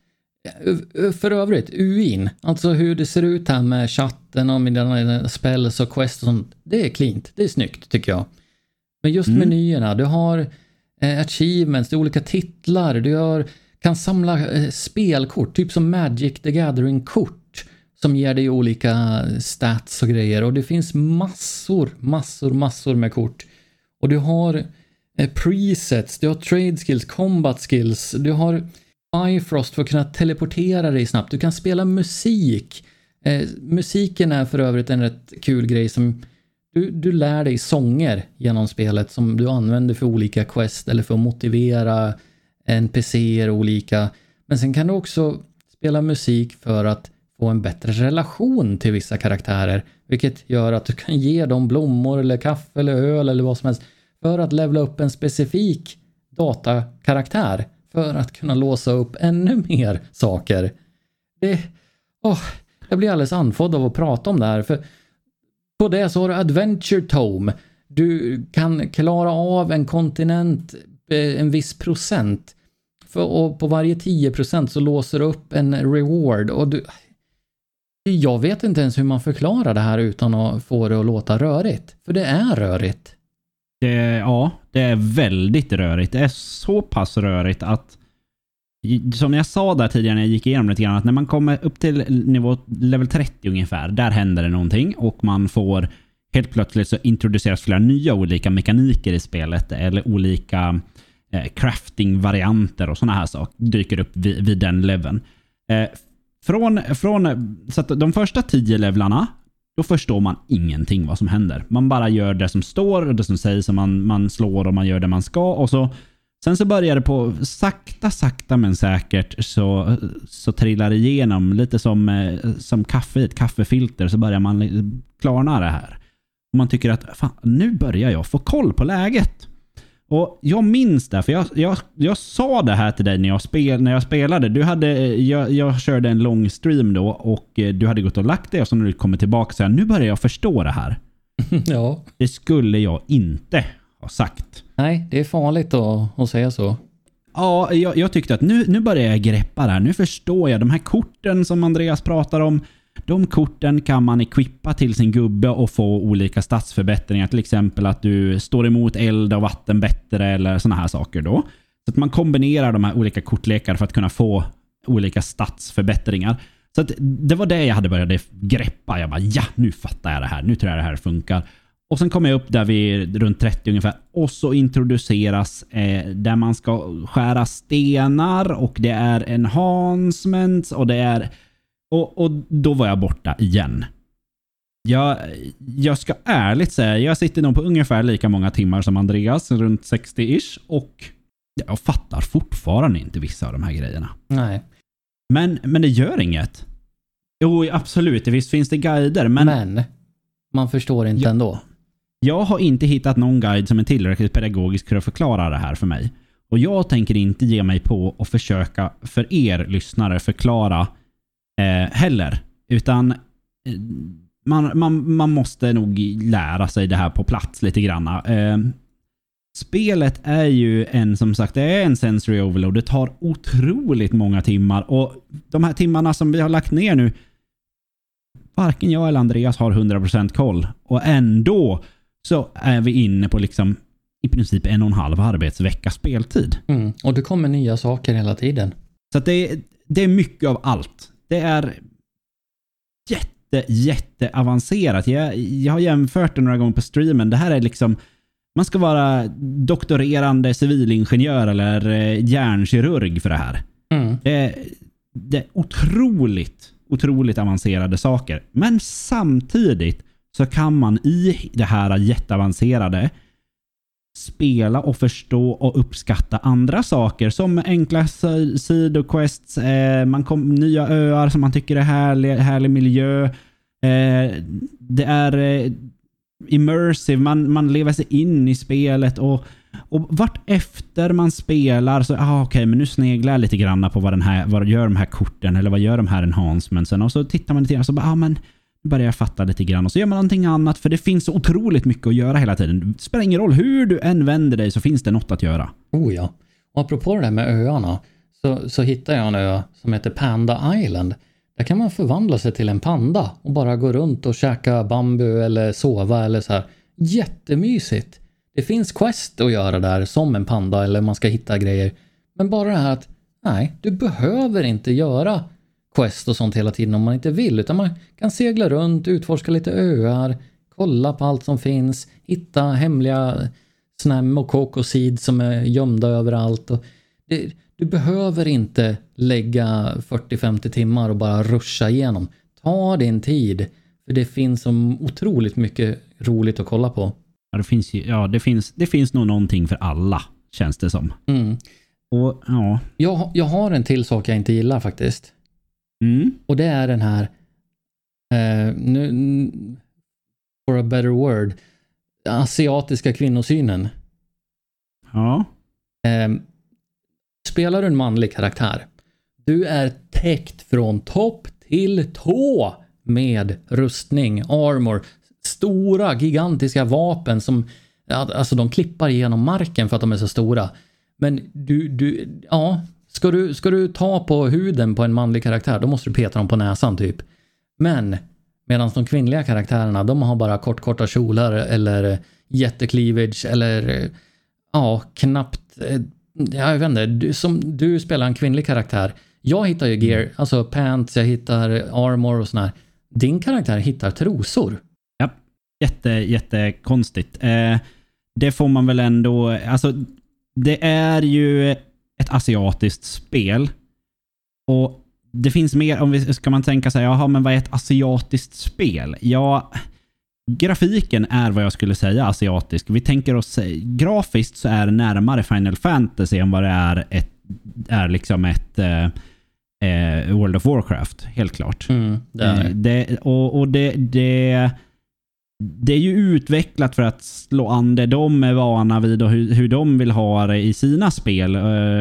För övrigt, U I:n, alltså hur det ser ut här med chatten och med dina spells och quests och sånt, det är cleant, det är snyggt tycker jag. Men just mm. menyerna, du har eh, achievements, du har olika titlar, du har, kan samla eh, spelkort, typ som Magic the Gathering-kort som ger dig olika stats och grejer. Och det finns massor, massor, massor med kort. Och du har eh, presets, du har trade skills, combat skills, du har Bifrost för att kunna teleportera dig snabbt. Du kan spela musik. Eh, musiken är för övrigt en rätt kul grej som du, du lär dig sånger genom spelet som du använder för olika quest eller för att motivera N P C:er olika. Men sen kan du också spela musik för att få en bättre relation till vissa karaktärer, vilket gör att du kan ge dem blommor eller kaffe eller öl eller vad som helst för att levla upp en specifik datakaraktär för att kunna låsa upp ännu mer saker. Det, åh, jag blir alldeles andfådd av att prata om det här, för på det så har du Adventure Tome. Du kan klara av en kontinent en viss procent. För, och på varje tio procent så låser du upp en reward. Och du, jag vet inte ens hur man förklarar det här utan att få det att låta rörigt. För det är rörigt.
Det, ja, det är väldigt rörigt. Det är så pass rörigt att, som jag sa där tidigare när jag gick igenom lite grann, att när man kommer upp till nivå level trettio ungefär, där händer det någonting och man får helt plötsligt så introduceras flera nya olika mekaniker i spelet eller olika eh, crafting-varianter och såna här saker dyker upp vid, vid den leveln. Eh, från, från, så att de första tio levlarna, då förstår man ingenting vad som händer. Man bara gör det som står och det som sägs, och man, man slår och man gör det man ska, och så sen så börjar det på sakta, sakta men säkert så, så trillar det igenom lite som, som kaffe i ett kaffefilter, så börjar man klarna det här. Och man tycker att fan, nu börjar jag få koll på läget. Och jag minns det, för jag, jag, jag sa det här till dig när jag, spel, när jag spelade. Du hade, jag, jag körde en lång stream då och du hade gått och lagt det, och så när du kommer tillbaka så här, nu börjar jag förstå det här.
Ja.
Det skulle jag inte ha sagt.
Nej, det är farligt att, att säga så.
Ja, jag, jag tyckte att nu, nu börjar jag greppa det här. Nu förstår jag. De här korten som Andreas pratar om, de korten kan man equippa till sin gubbe och få olika statsförbättringar. Till exempel att du står emot eld och vatten bättre eller såna här saker då. Så att man kombinerar de här olika kortlekar för att kunna få olika statsförbättringar. Så att det var det jag hade börjat greppa. Jag bara, ja, nu fattar jag det här. Nu tror jag det här funkar. Och sen kommer jag upp där vid runt trettio ungefär. Och så introduceras eh, där man ska skära stenar. Och det är enhancements. Och det är... Och, och då var jag borta igen. Jag, jag ska ärligt säga, jag sitter nog på ungefär lika många timmar som Andreas, runt sextio-ish, och jag fattar fortfarande inte vissa av de här grejerna.
Nej.
Men, men det gör inget. Jo, absolut, visst finns det guider, men...
Men man förstår inte
jag,
ändå.
Jag har inte hittat någon guide som är tillräckligt pedagogisk för att förklara det här för mig. Och jag tänker inte ge mig på att försöka för er lyssnare förklara eh, heller. Utan... Eh, Man, man, man måste nog lära sig det här på plats lite grann. Eh, spelet är ju en, som sagt, det är en sensory overload. Det tar otroligt många timmar. Och de här timmarna som vi har lagt ner nu, varken jag eller Andreas har hundra procent koll. Och ändå så är vi inne på liksom i princip en och en halv arbetsvecka speltid.
Mm. Och det kommer nya saker hela tiden.
Så att det, det är mycket av allt. Det är jätte jätteavancerat. Jag, jag har jämfört det några gånger på streamen. Det här är liksom, man ska vara doktorerande civilingenjör eller hjärnkirurg för det här. Mm. Det, det är otroligt, otroligt avancerade saker. Men samtidigt så kan man i det här jätteavancerade spela och förstå och uppskatta andra saker som enkla sidoquests, eh, man kom nya öar som man tycker är härlig, härlig miljö. Eh, det är eh, immersive, man, man lever sig in i spelet och, och vart efter man spelar så, ah, okej, okay, men nu sneglar jag lite grann på vad, den här, vad gör de här korten eller vad gör de här enhancementsen, och så tittar man lite grann och så bara, ah, men börjar jag fatta lite grann, och så gör man någonting annat, för det finns så otroligt mycket att göra hela tiden. Det spelar ingen roll hur du än vänder dig, så finns det något att göra.
Oh ja. Och apropå det där med öarna, så, så hittar jag en ö som heter Panda Island. Där kan man förvandla sig till en panda och bara gå runt och käka bambu eller sova eller så här. Jättemysigt. Det finns quest att göra där som en panda, eller man ska hitta grejer. Men bara det här att, nej, du behöver inte göra quest och sånt hela tiden om man inte vill, utan man kan segla runt, utforska lite öar, kolla på allt som finns, hitta hemliga snäm och kokosid som är gömda överallt. Och det, du behöver inte lägga fyrtio till femtio timmar och bara ruscha igenom. Ta din tid, för det finns så otroligt mycket roligt att kolla på.
Ja, det finns ju, ja, det finns, det finns nog någonting för alla, känns det som.
Mm.
Och, ja.
jag, jag har en till sak jag inte gillar faktiskt.
Mm.
Och det är den här uh, nu, for a better word, asiatiska kvinnosynen.
Ja.
Uh, spelar du en manlig karaktär, du är täckt från topp till tå med rustning, armor, stora gigantiska vapen som, alltså de klippar igenom marken för att de är så stora. Men du, du ja, ska du, ska du ta på huden på en manlig karaktär, då måste du peta dem på näsan typ. Men medan de kvinnliga karaktärerna, de har bara kort, korta kjolar eller jättekleavage eller ja, knappt, jag vet inte, du, som du spelar en kvinnlig karaktär. Jag hittar ju gear, alltså pants, jag hittar armor och sådär. Din karaktär hittar trosor.
Ja, jätte, jättekonstigt. Eh, det får man väl ändå, alltså det är ju ett asiatiskt spel. Och det finns mer, om vi ska man tänka sig, jaha, men vad är ett asiatiskt spel? Ja, grafiken är vad jag skulle säga asiatisk. Vi tänker oss, grafiskt så är det närmare Final Fantasy än vad det är ett, är liksom ett eh, eh, World of Warcraft, helt klart.
Mm, det är det.
det och och det, det det är ju utvecklat för att slå an det de är vana vid och hur, hur de vill ha det i sina spel.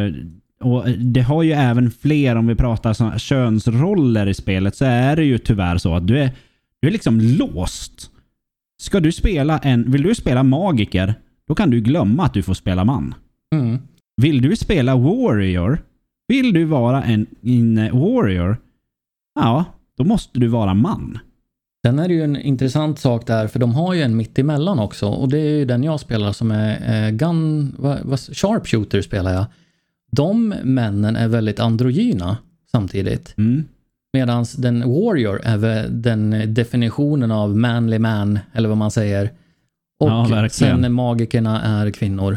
Och det har ju även fler, om vi pratar så könsroller i spelet, så är det ju tyvärr så att du är, du är liksom låst. Ska du spela en, vill du spela magiker, då kan du glömma att du får spela man.
Mm.
Vill du spela warrior, vill du vara en, en warrior, ja, då måste du vara man.
Sen är det ju en intressant sak där, för de har ju en mitt emellan också, och det är ju den jag spelar som är eh, gun, vad, vad, sharpshooter spelar jag. De männen är väldigt androgyna samtidigt.
Mm.
Medan den warrior är väl den definitionen av manly man, eller vad man säger. Och
ja,
sen magikerna är kvinnor.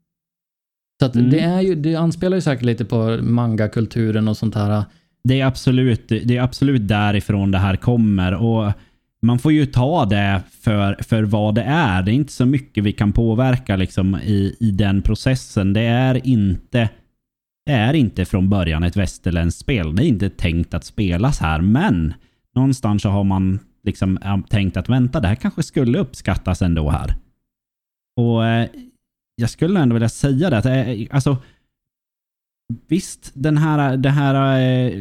Så att mm. det är ju, det anspelar ju säkert lite på manga-kulturen och sånt här.
Det är absolut, det är absolut därifrån det här kommer, och man får ju ta det för, för vad det är. Det är inte så mycket vi kan påverka liksom, i, i den processen. Det är inte det är inte från början ett västerländskt spel. Det är inte tänkt att spelas här, men någonstans så har man liksom tänkt att vänta, det här kanske skulle uppskattas ändå här. Och eh, jag skulle ändå vilja säga det att eh, alltså visst, den här, det här eh,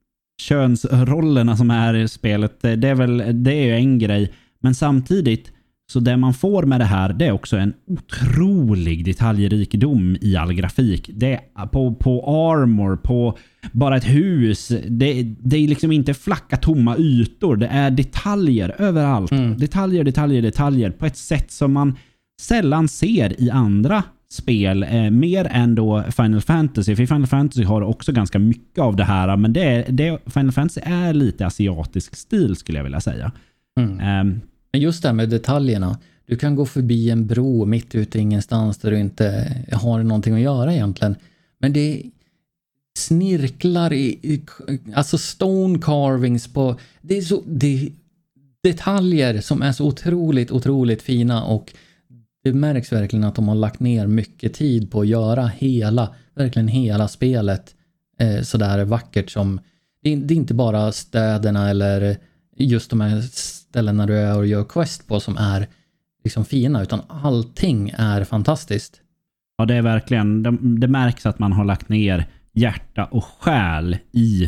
könsrollerna som är i spelet, det är väl det är ju en grej, men samtidigt så det man får med det här, det är också en otrolig detaljrikedom i all grafik. Det är på, på armor, på bara ett hus. Det, det är liksom inte flacka tomma ytor. Det är detaljer överallt. Mm. Detaljer, detaljer, detaljer på ett sätt som man sällan ser i andra spel. Eh, mer än då Final Fantasy. För Final Fantasy har också ganska mycket av det här. Men det, det, Final Fantasy är lite asiatisk stil skulle jag vilja säga.
Mm. Um, Men just det här med detaljerna. Du kan gå förbi en bro mitt ute ingenstans där du inte har någonting att göra egentligen. Men det snirklar i, i alltså stone carvings på, det är så det är detaljer som är så otroligt, otroligt fina, och det märks verkligen att de har lagt ner mycket tid på att göra hela, verkligen hela spelet eh, sådär vackert som, det är, det är inte bara städerna eller just de här ställena du är och gör quest på som är liksom fina, utan allting är fantastiskt.
Ja, det är verkligen, det, det märks att man har lagt ner hjärta och själ i,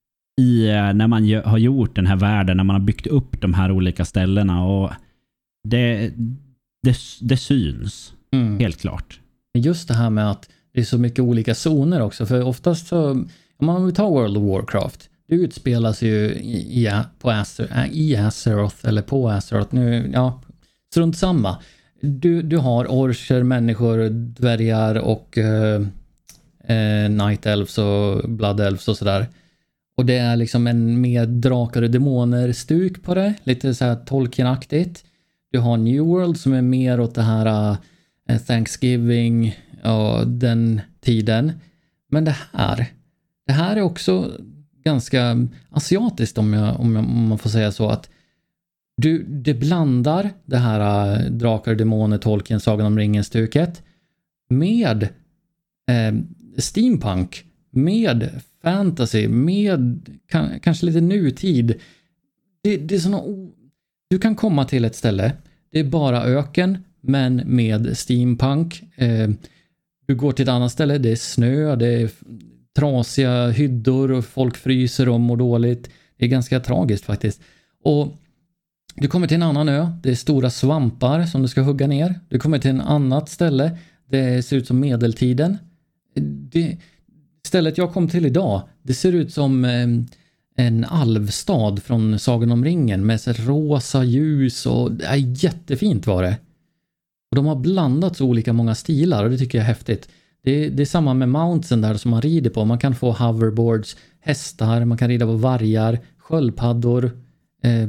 i när man gör, har gjort den här världen, när man har byggt upp de här olika ställena, och det, det, det syns mm. helt klart.
Just det här med att det är så mycket olika zoner också, för oftast så, om man vill ta World of Warcraft, det utspelas ju i, i, på Azer, i Azeroth eller på Azeroth. Nu, ja, strunt samma. Du, du har orcher, människor, dvärgar och eh, eh, night elves och blood elves och sådär. Och det är liksom en mer drakar och demoner stuk på det. Lite så här Tolkien-aktigt. Du har New World som är mer åt det här uh, Thanksgiving och den tiden. Men det här, det här är också ganska asiatiskt om, jag, om, jag, om man får säga så, att du, det blandar det här äh, drakar, demoner, Tolkien, Sagan om ringen-stuket med äh, steampunk, med fantasy, med kan, kanske lite nutid. Det, det är såna, du kan komma till ett ställe, det är bara öken, men med steampunk. Äh, du går till ett annat ställe, det är snö, det är trasiga hyddor och folk fryser och mår dåligt. Det är ganska tragiskt faktiskt. Och du kommer till en annan ö. Det är stora svampar som du ska hugga ner. Du kommer till en annat ställe. Det ser ut som medeltiden. Det, stället jag kom till idag, det ser ut som eh, en alvstad från Sagan om ringen med så rosa ljus, och det är jättefint var det. Och de har blandat så olika många stilar, och det tycker jag är häftigt. Det är, det är samma med mountsen där som man rider på. Man kan få hoverboards, hästar, man kan rida på vargar, sköldpaddor. Eh,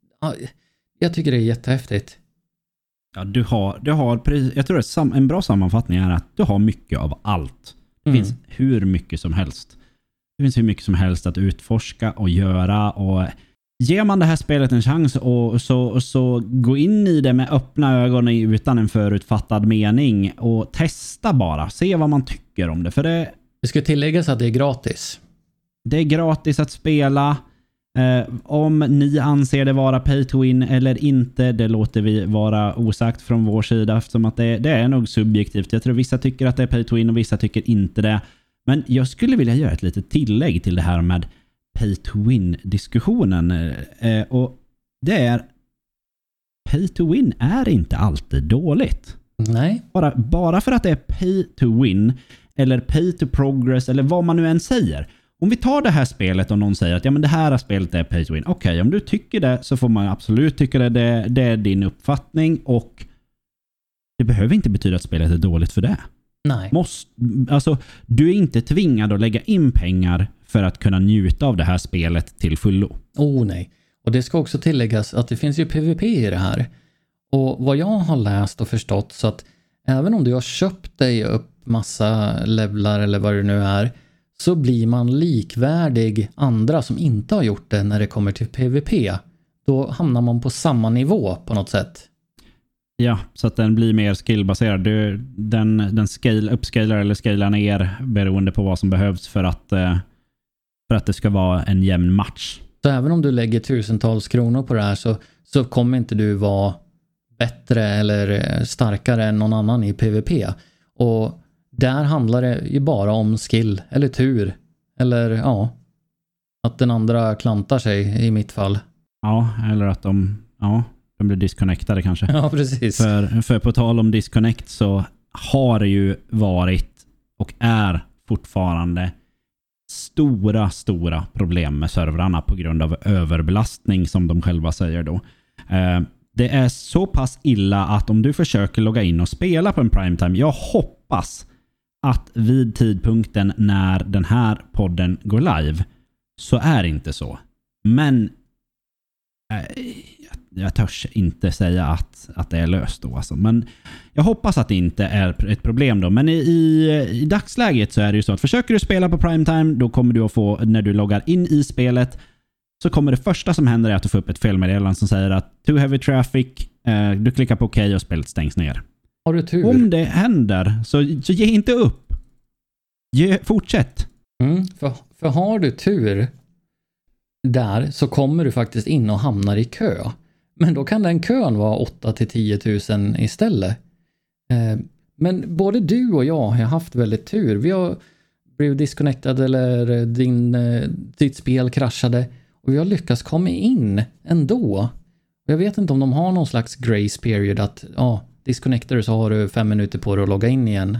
jag tycker det är jättehäftigt.
Ja, du har, du har jag tror att en bra sammanfattning är att du har mycket av allt. Det mm. finns hur mycket som helst. Det finns hur mycket som helst att utforska och göra, och ger man det här spelet en chans och så, och så gå in i det med öppna ögon utan en förutfattad mening och testa bara. Se vad man tycker om det. För det,
det ska tilläggas att det är gratis.
Det är gratis att spela. Eh, om ni anser det vara pay to win eller inte, det låter vi vara osagt från vår sida, eftersom att det, det är nog subjektivt. Jag tror vissa tycker att det är pay to win och vissa tycker inte det. Men jag skulle vilja göra ett litet tillägg till det här med pay to win-diskussionen. Eh, och det är, pay to win är inte alltid dåligt.
Nej.
Bara, bara för att det är pay to win eller pay to progress eller vad man nu än säger. Om vi tar det här spelet och någon säger att ja, men det här spelet är pay to win. Okej, okay, om du tycker det så får man absolut tycka det. det. Det är din uppfattning, och det behöver inte betyda att spelet är dåligt för det.
Nej.
Måste, alltså, du är inte tvingad att lägga in pengar för att kunna njuta av det här spelet till fullo.
Oh nej. Och det ska också tilläggas att det finns ju PvP i det här. Och vad jag har läst och förstått, så att även om du har köpt dig upp massa levlar eller vad det nu är, så blir man likvärdig andra som inte har gjort det när det kommer till PvP. då hamnar man på samma nivå på något sätt.
Ja, så att den blir mer skillbaserad. Du, den den scale, uppscalar eller scalar ner beroende på vad som behövs för att, för att det ska vara en jämn match.
Så även om du lägger tusentals kronor på det här så, så kommer inte du vara bättre eller starkare än någon annan i PvP. Och där handlar det ju bara om skill eller tur. Eller ja, att den andra klantar sig i mitt fall.
Ja, eller att de, ja, de blir disconnectade kanske.
Ja, precis.
För, för på tal om disconnect så har det ju varit och är fortfarande stora, stora problem med servrarna på grund av överbelastning som de själva säger då. Eh, det är så pass illa att om du försöker logga in och spela på en primetime, jag hoppas att vid tidpunkten när den här podden går live så är det inte så. Men äh, jag törs inte säga att, att det är löst då. Alltså. Men jag hoppas att det inte är ett problem då. Men i, i, i dagsläget så är det ju så att försöker du spela på primetime, då kommer du att få, när du loggar in i spelet, så kommer det första som händer är att du får upp ett felmeddelande som säger att too heavy traffic, eh, du klickar på OK och spelet stängs ner.
Har du tur?
Om det händer, så, så ge inte upp. Ge, fortsätt.
Mm, för, för har du tur där så kommer du faktiskt in och hamnar i kö. Men då kan den kön vara åtta till tio tusen istället. Eh, men både du och jag har haft väldigt tur. Vi har blivit disconnected eller din, ditt spel kraschade. Och vi har lyckats komma in ändå. Jag vet inte om de har någon slags grace period att ja, disconnector så har du fem minuter på dig att logga in igen.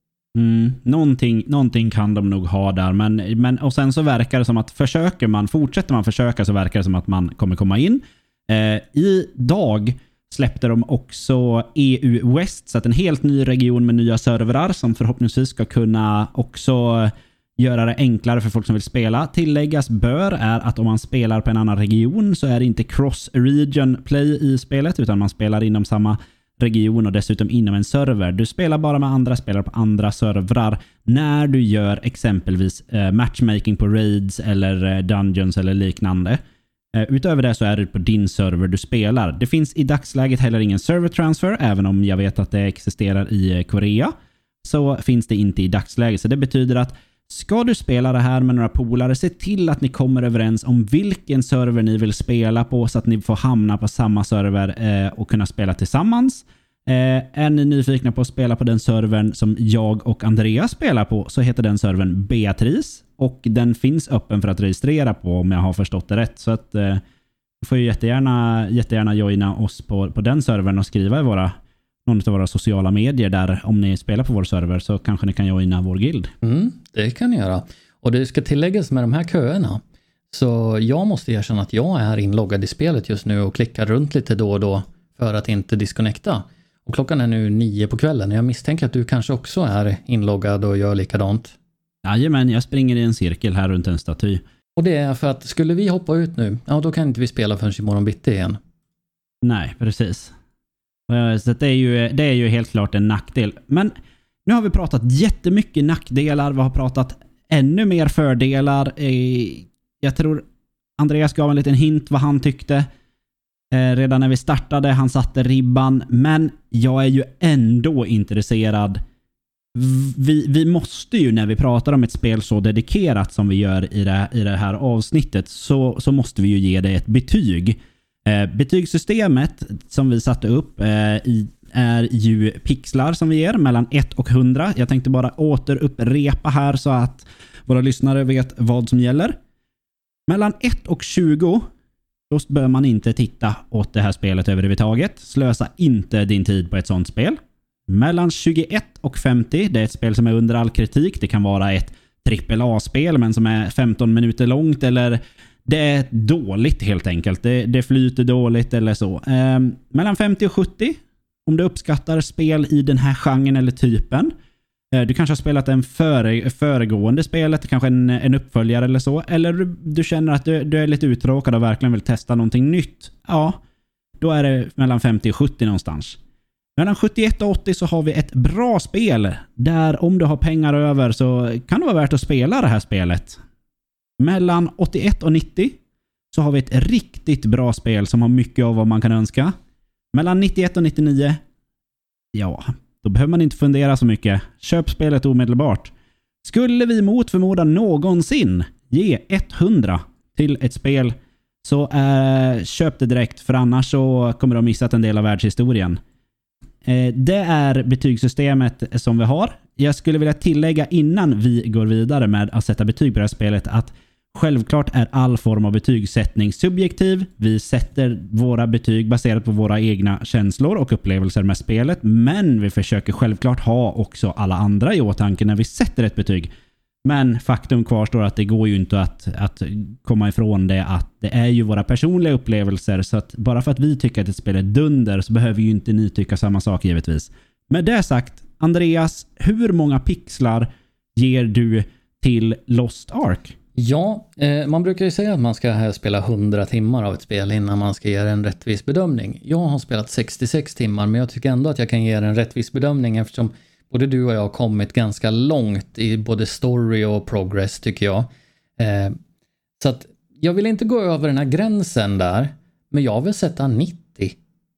Mm, någonting, någonting kan de nog ha där. Men, men, och sen så verkar det som att försöker man, fortsätter man försöka så verkar det som att man kommer komma in. Eh, idag släppte de också E U West, så att en helt ny region med nya servrar som förhoppningsvis ska kunna också göra det enklare för folk som vill spela. Tilläggas bör är att om man spelar på en annan region så är det inte cross-region play i spelet, utan man spelar inom samma region och dessutom inom en server. Du spelar bara med andra spelare på andra servrar när du gör exempelvis eh, matchmaking på raids eller eh, dungeons eller liknande. Eh, utöver det så är det på din server du spelar. Det finns i dagsläget heller ingen server transfer, även om jag vet att det existerar i eh, Korea. Så finns det inte i dagsläget. Så det betyder att ska du spela det här med några polare, se till att ni kommer överens om vilken server ni vill spela på så att ni får hamna på samma server eh, och kunna spela tillsammans. Eh, är ni nyfikna på att spela på den servern som jag och Andreas spelar på, så heter den servern Beatrice och den finns öppen för att registrera på om jag har förstått det rätt. Så att eh, du får ju jättegärna, jättegärna joina oss på, på den servern och skriva i våra någon av våra sociala medier där om ni spelar på vår server så kanske ni kan joina vår guild.
Mm, det kan ni göra. Och det ska tilläggas med de här köerna. Så jag måste erkänna att jag är inloggad i spelet just nu och klickar runt lite då och då för att inte disconnecta. Och klockan är nu nio på kvällen. Jag misstänker att du kanske också är inloggad och gör likadant.
Jajamän, jag springer i en cirkel här runt en staty.
Och det är för att skulle vi hoppa ut nu, ja då kan inte vi spela förrän imorgon bitti igen.
Nej, precis. Så det är, ju, det är ju helt klart en nackdel. Men nu har vi pratat jättemycket nackdelar. Vi har pratat ännu mer fördelar. Jag tror Andreas gav en liten hint vad han tyckte redan när vi startade. Han satte ribban. Men jag är ju ändå intresserad. Vi, vi måste ju när vi pratar om ett spel så dedikerat som vi gör i det, i det här avsnittet så, så måste vi ju ge det ett betyg. Eh, betygssystemet som vi satte upp eh, i, är ju pixlar som vi ger mellan ett och hundra. Jag tänkte bara återupprepa här så att våra lyssnare vet vad som gäller. Mellan ett och tjugo då bör man inte titta åt det här spelet överhuvudtaget. Slösa inte din tid på ett sånt spel. Mellan tjugoett och femtio, det är ett spel som är under all kritik. Det kan vara ett trippel A-spel men som är femton minuter långt eller det är dåligt helt enkelt. Det, det flyter dåligt eller så. Eh, mellan femtio och sjuttio. Om du uppskattar spel i den här genren eller typen. Eh, du kanske har spelat en före, föregående spelet. Kanske en, en uppföljare eller så. Eller du, du känner att du, du är lite uttråkad och verkligen vill testa någonting nytt. Ja, då är det mellan femtio och sjuttio någonstans. Mellan sjuttioett och åttio så har vi ett bra spel. Där om du har pengar över så kan det vara värt att spela det här spelet. Mellan åttioett och nittio så har vi ett riktigt bra spel som har mycket av vad man kan önska. Mellan nittioett och nittionio, ja, då behöver man inte fundera så mycket. Köp spelet omedelbart. Skulle vi mot förmodan någonsin ge hundra till ett spel, så äh, köp det direkt, för annars så kommer de missat en del av världshistorien. Eh, det är betygssystemet som vi har. Jag skulle vilja tillägga innan vi går vidare med att sätta betyg på det här spelet att självklart är all form av betygssättning subjektiv. Vi sätter våra betyg baserat på våra egna känslor och upplevelser med spelet, men vi försöker självklart ha också alla andra i åtanke när vi sätter ett betyg. Men faktum kvarstår att det går ju inte att, att komma ifrån det, att det är ju våra personliga upplevelser, så att bara för att vi tycker att ett spel är dunder så behöver ju inte ni tycka samma sak givetvis. Med det sagt, Andreas, hur många pixlar ger du till Lost Ark?
Ja, eh, man brukar ju säga att man ska spela hundra timmar av ett spel innan man ska ge en rättvis bedömning. Jag har spelat sextiosex timmar, men jag tycker ändå att jag kan ge en rättvis bedömning eftersom både du och jag har kommit ganska långt i både story och progress, tycker jag. Eh, så att jag vill inte gå över den här gränsen där, men jag vill sätta nittio.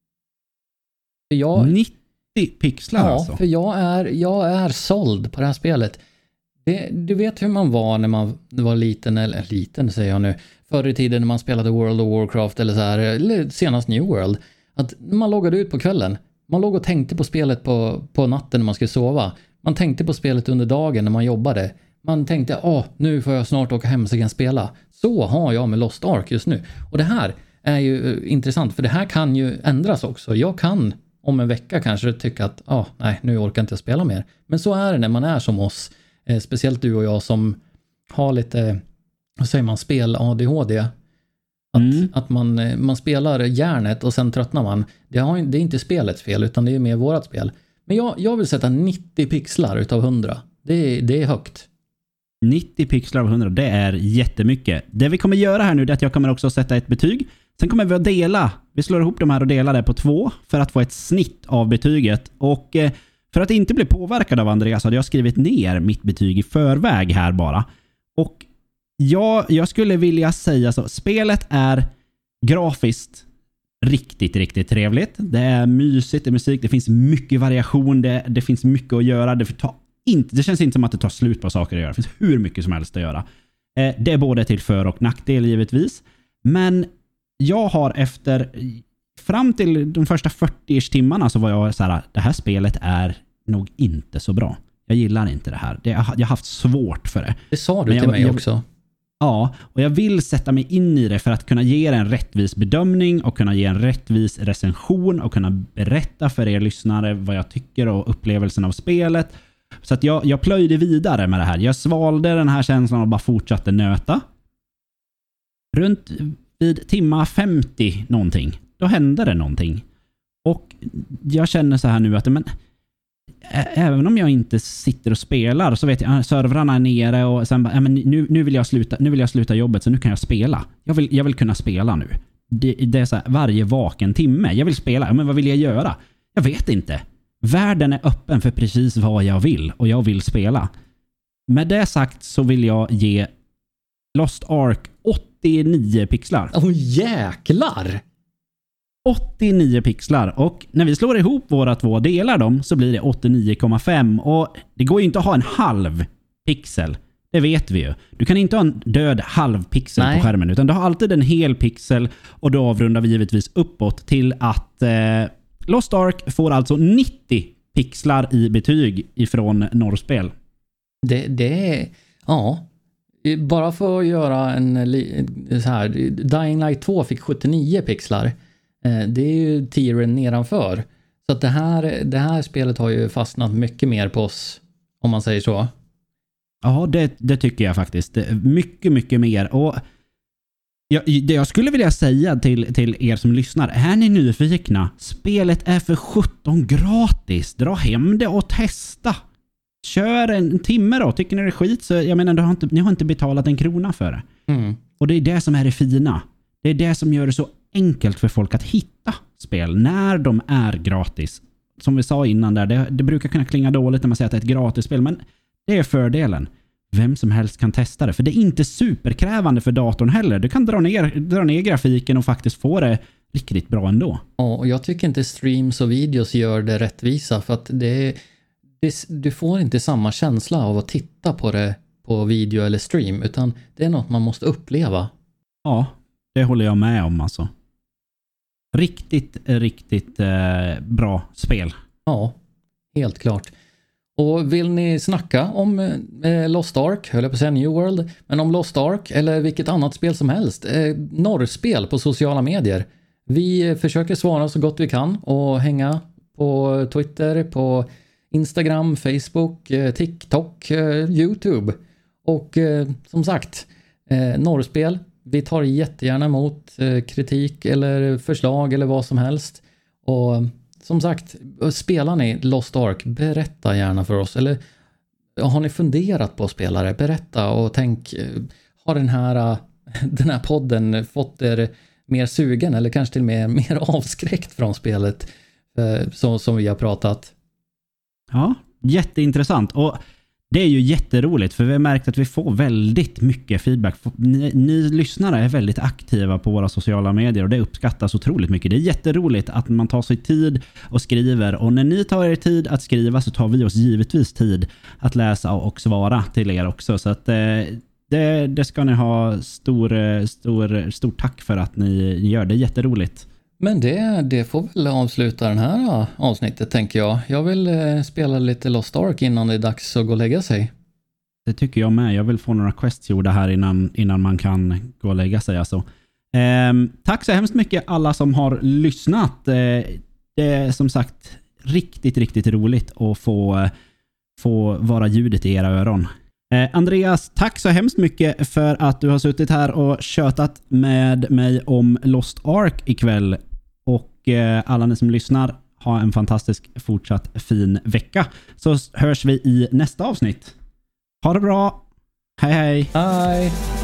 För jag,
nittio pixlar
ja,
alltså?
Ja, för jag är, jag är såld på det här spelet. Det, du vet hur man var när man var liten, eller liten säger jag nu, förr i tiden när man spelade World of Warcraft eller så här, eller senast New World, att man loggade ut på kvällen. Man låg och tänkte på spelet på, på natten när man skulle sova. Man tänkte på spelet under dagen när man jobbade. Man tänkte, åh, nu får jag snart åka hem så kan jag spela. Så har jag med Lost Ark just nu. Och det här är ju intressant, för det här kan ju ändras också. Jag kan om en vecka kanske tycka att, åh, nej, nu orkar inte jag spela mer. Men så är det när man är som oss. Eh, speciellt du och jag som har lite, vad säger man, spel-A D H D. Att, mm. att man, man spelar hjärnet och sen tröttnar man. Det, har, det är inte spelets fel, utan det är mer vårat spel. Men jag, jag vill sätta nittio pixlar utav hundra. Det, det är högt.
nittio pixlar av hundra, det är jättemycket. Det vi kommer göra här nu är att jag kommer också sätta ett betyg. Sen kommer vi att dela. Vi slår ihop de här och delar det på två för att få ett snitt av betyget. Och eh, för att inte bli påverkad av Andreas hade jag skrivit ner mitt betyg i förväg här bara. Och ja, jag skulle vilja säga så. Spelet är grafiskt riktigt, riktigt trevligt. Det är mysigt, det är musik, det finns mycket variation, det, det finns mycket att göra. Det, tar inte, det känns inte som att det tar slut på saker att göra. Det finns hur mycket som helst att göra. Eh, det är både till för- och nackdel givetvis. Men jag har efter, fram till de första fyrtio timmarna så var jag så här, det här spelet är nog inte så bra. Jag gillar inte det här. Det, jag har haft svårt för det.
Det sa du
jag,
till mig
jag,
också.
Ja, och jag vill sätta mig in i det för att kunna ge en rättvis bedömning och kunna ge en rättvis recension och kunna berätta för er lyssnare vad jag tycker och upplevelsen av spelet. Så att jag, jag plöjde vidare med det här. Jag svalde den här känslan och bara fortsatte nöta. Runt vid timma femtio någonting, då hände det någonting. Och jag känner så här nu att men, även om jag inte sitter och spelar så vet jag att servrarna är nere och sen bara, men nu, nu, vill jag sluta, nu vill jag sluta jobbet så nu kan jag spela. Jag vill, jag vill kunna spela nu. Det, det är så här, varje vaken timme. Jag vill spela. Men vad vill jag göra? Jag vet inte. Världen är öppen för precis vad jag vill och jag vill spela. Med det sagt så vill jag ge Lost Ark åttionio pixlar.
Åh oh, jäklar!
åttionio pixlar, och när vi slår ihop våra två delar dem så blir det åttionio komma fem, och det går ju inte att ha en halv pixel. Det vet vi ju. Du kan inte ha en död halv pixel Nej. på skärmen, utan du har alltid en hel pixel, och då avrundar vi givetvis uppåt till att eh, Lost Ark får alltså nittio pixlar i betyg ifrån Norrspel.
Det, det är, ja, bara för att göra en så här, Dying Light två fick sjuttionio pixlar. Det är ju tieren nedanför. Så att det här, det här spelet har ju fastnat mycket mer på oss, om man säger så.
Ja, det, det tycker jag faktiskt. Mycket, mycket mer. Och jag, det jag skulle vilja säga till, till er som lyssnar, är ni nyfikna? Spelet är för sjutton gratis. Dra hem det och testa. Kör en timme då. Tycker ni det är skit så jag menar, du har inte, ni har inte betalat en krona för det.
Mm.
Och det är det som är det fina. Det är det som gör det så enkelt för folk att hitta spel när de är gratis. Som vi sa innan där, det, det brukar kunna klinga dåligt när man säger att det är ett gratisspel, men det är fördelen. vem som helst kan testa det. För det är inte superkrävande för datorn heller. Du kan dra ner, dra ner grafiken och faktiskt få det riktigt bra ändå.
Ja, och jag tycker inte streams och videos gör det rättvisa, för att det, det, du får inte samma känsla av att titta på det på video eller stream, utan det är något man måste uppleva.
Ja, det håller jag med om alltså. Riktigt, riktigt eh, bra spel.
Ja, helt klart. Och vill ni snacka om eh, Lost Ark, höll jag på att säga New World, men om Lost Ark eller vilket annat spel som helst, eh, norrspel på sociala medier. Vi försöker svara så gott vi kan och hänga på Twitter, på Instagram, Facebook, eh, TikTok, eh, YouTube. Och eh, som sagt, eh, norrspel. Vi tar jättegärna emot eh, kritik eller förslag eller vad som helst. Och som sagt, spelar ni Lost Ark, berätta gärna för oss. Eller har ni funderat på att spela det? Berätta och tänk, har den här, den här podden fått er mer sugen eller kanske till och med mer avskräckt från spelet så, som vi har pratat?
Ja, jätteintressant. Och det är ju jätteroligt, för vi har märkt att vi får väldigt mycket feedback. Ni, ni lyssnare är väldigt aktiva på våra sociala medier och det uppskattas otroligt mycket. Det är jätteroligt att man tar sig tid och skriver. Och när ni tar er tid att skriva så tar vi oss givetvis tid att läsa och svara till er också. Så att eh, det, det ska ni ha stor, stor, stort tack för att ni gör. Det är jätteroligt.
Men det, det får väl avsluta den här avsnittet, tänker jag. Jag vill eh, spela lite Lost Ark innan det är dags att gå och lägga sig.
Det tycker jag med. Jag vill få några quests gjorda här innan, innan man kan gå och lägga sig. Alltså. Eh, tack så hemskt mycket alla som har lyssnat. Eh, det är som sagt riktigt, riktigt roligt att få, få vara ljudet i era öron. Eh, Andreas, tack så hemskt mycket för att du har suttit här och tjötat med mig om Lost Ark ikväll. Och eh, alla ni som lyssnar, ha en fantastisk fortsatt fin vecka. Så hörs vi i nästa avsnitt. Ha det bra. Hej hej.
Hej.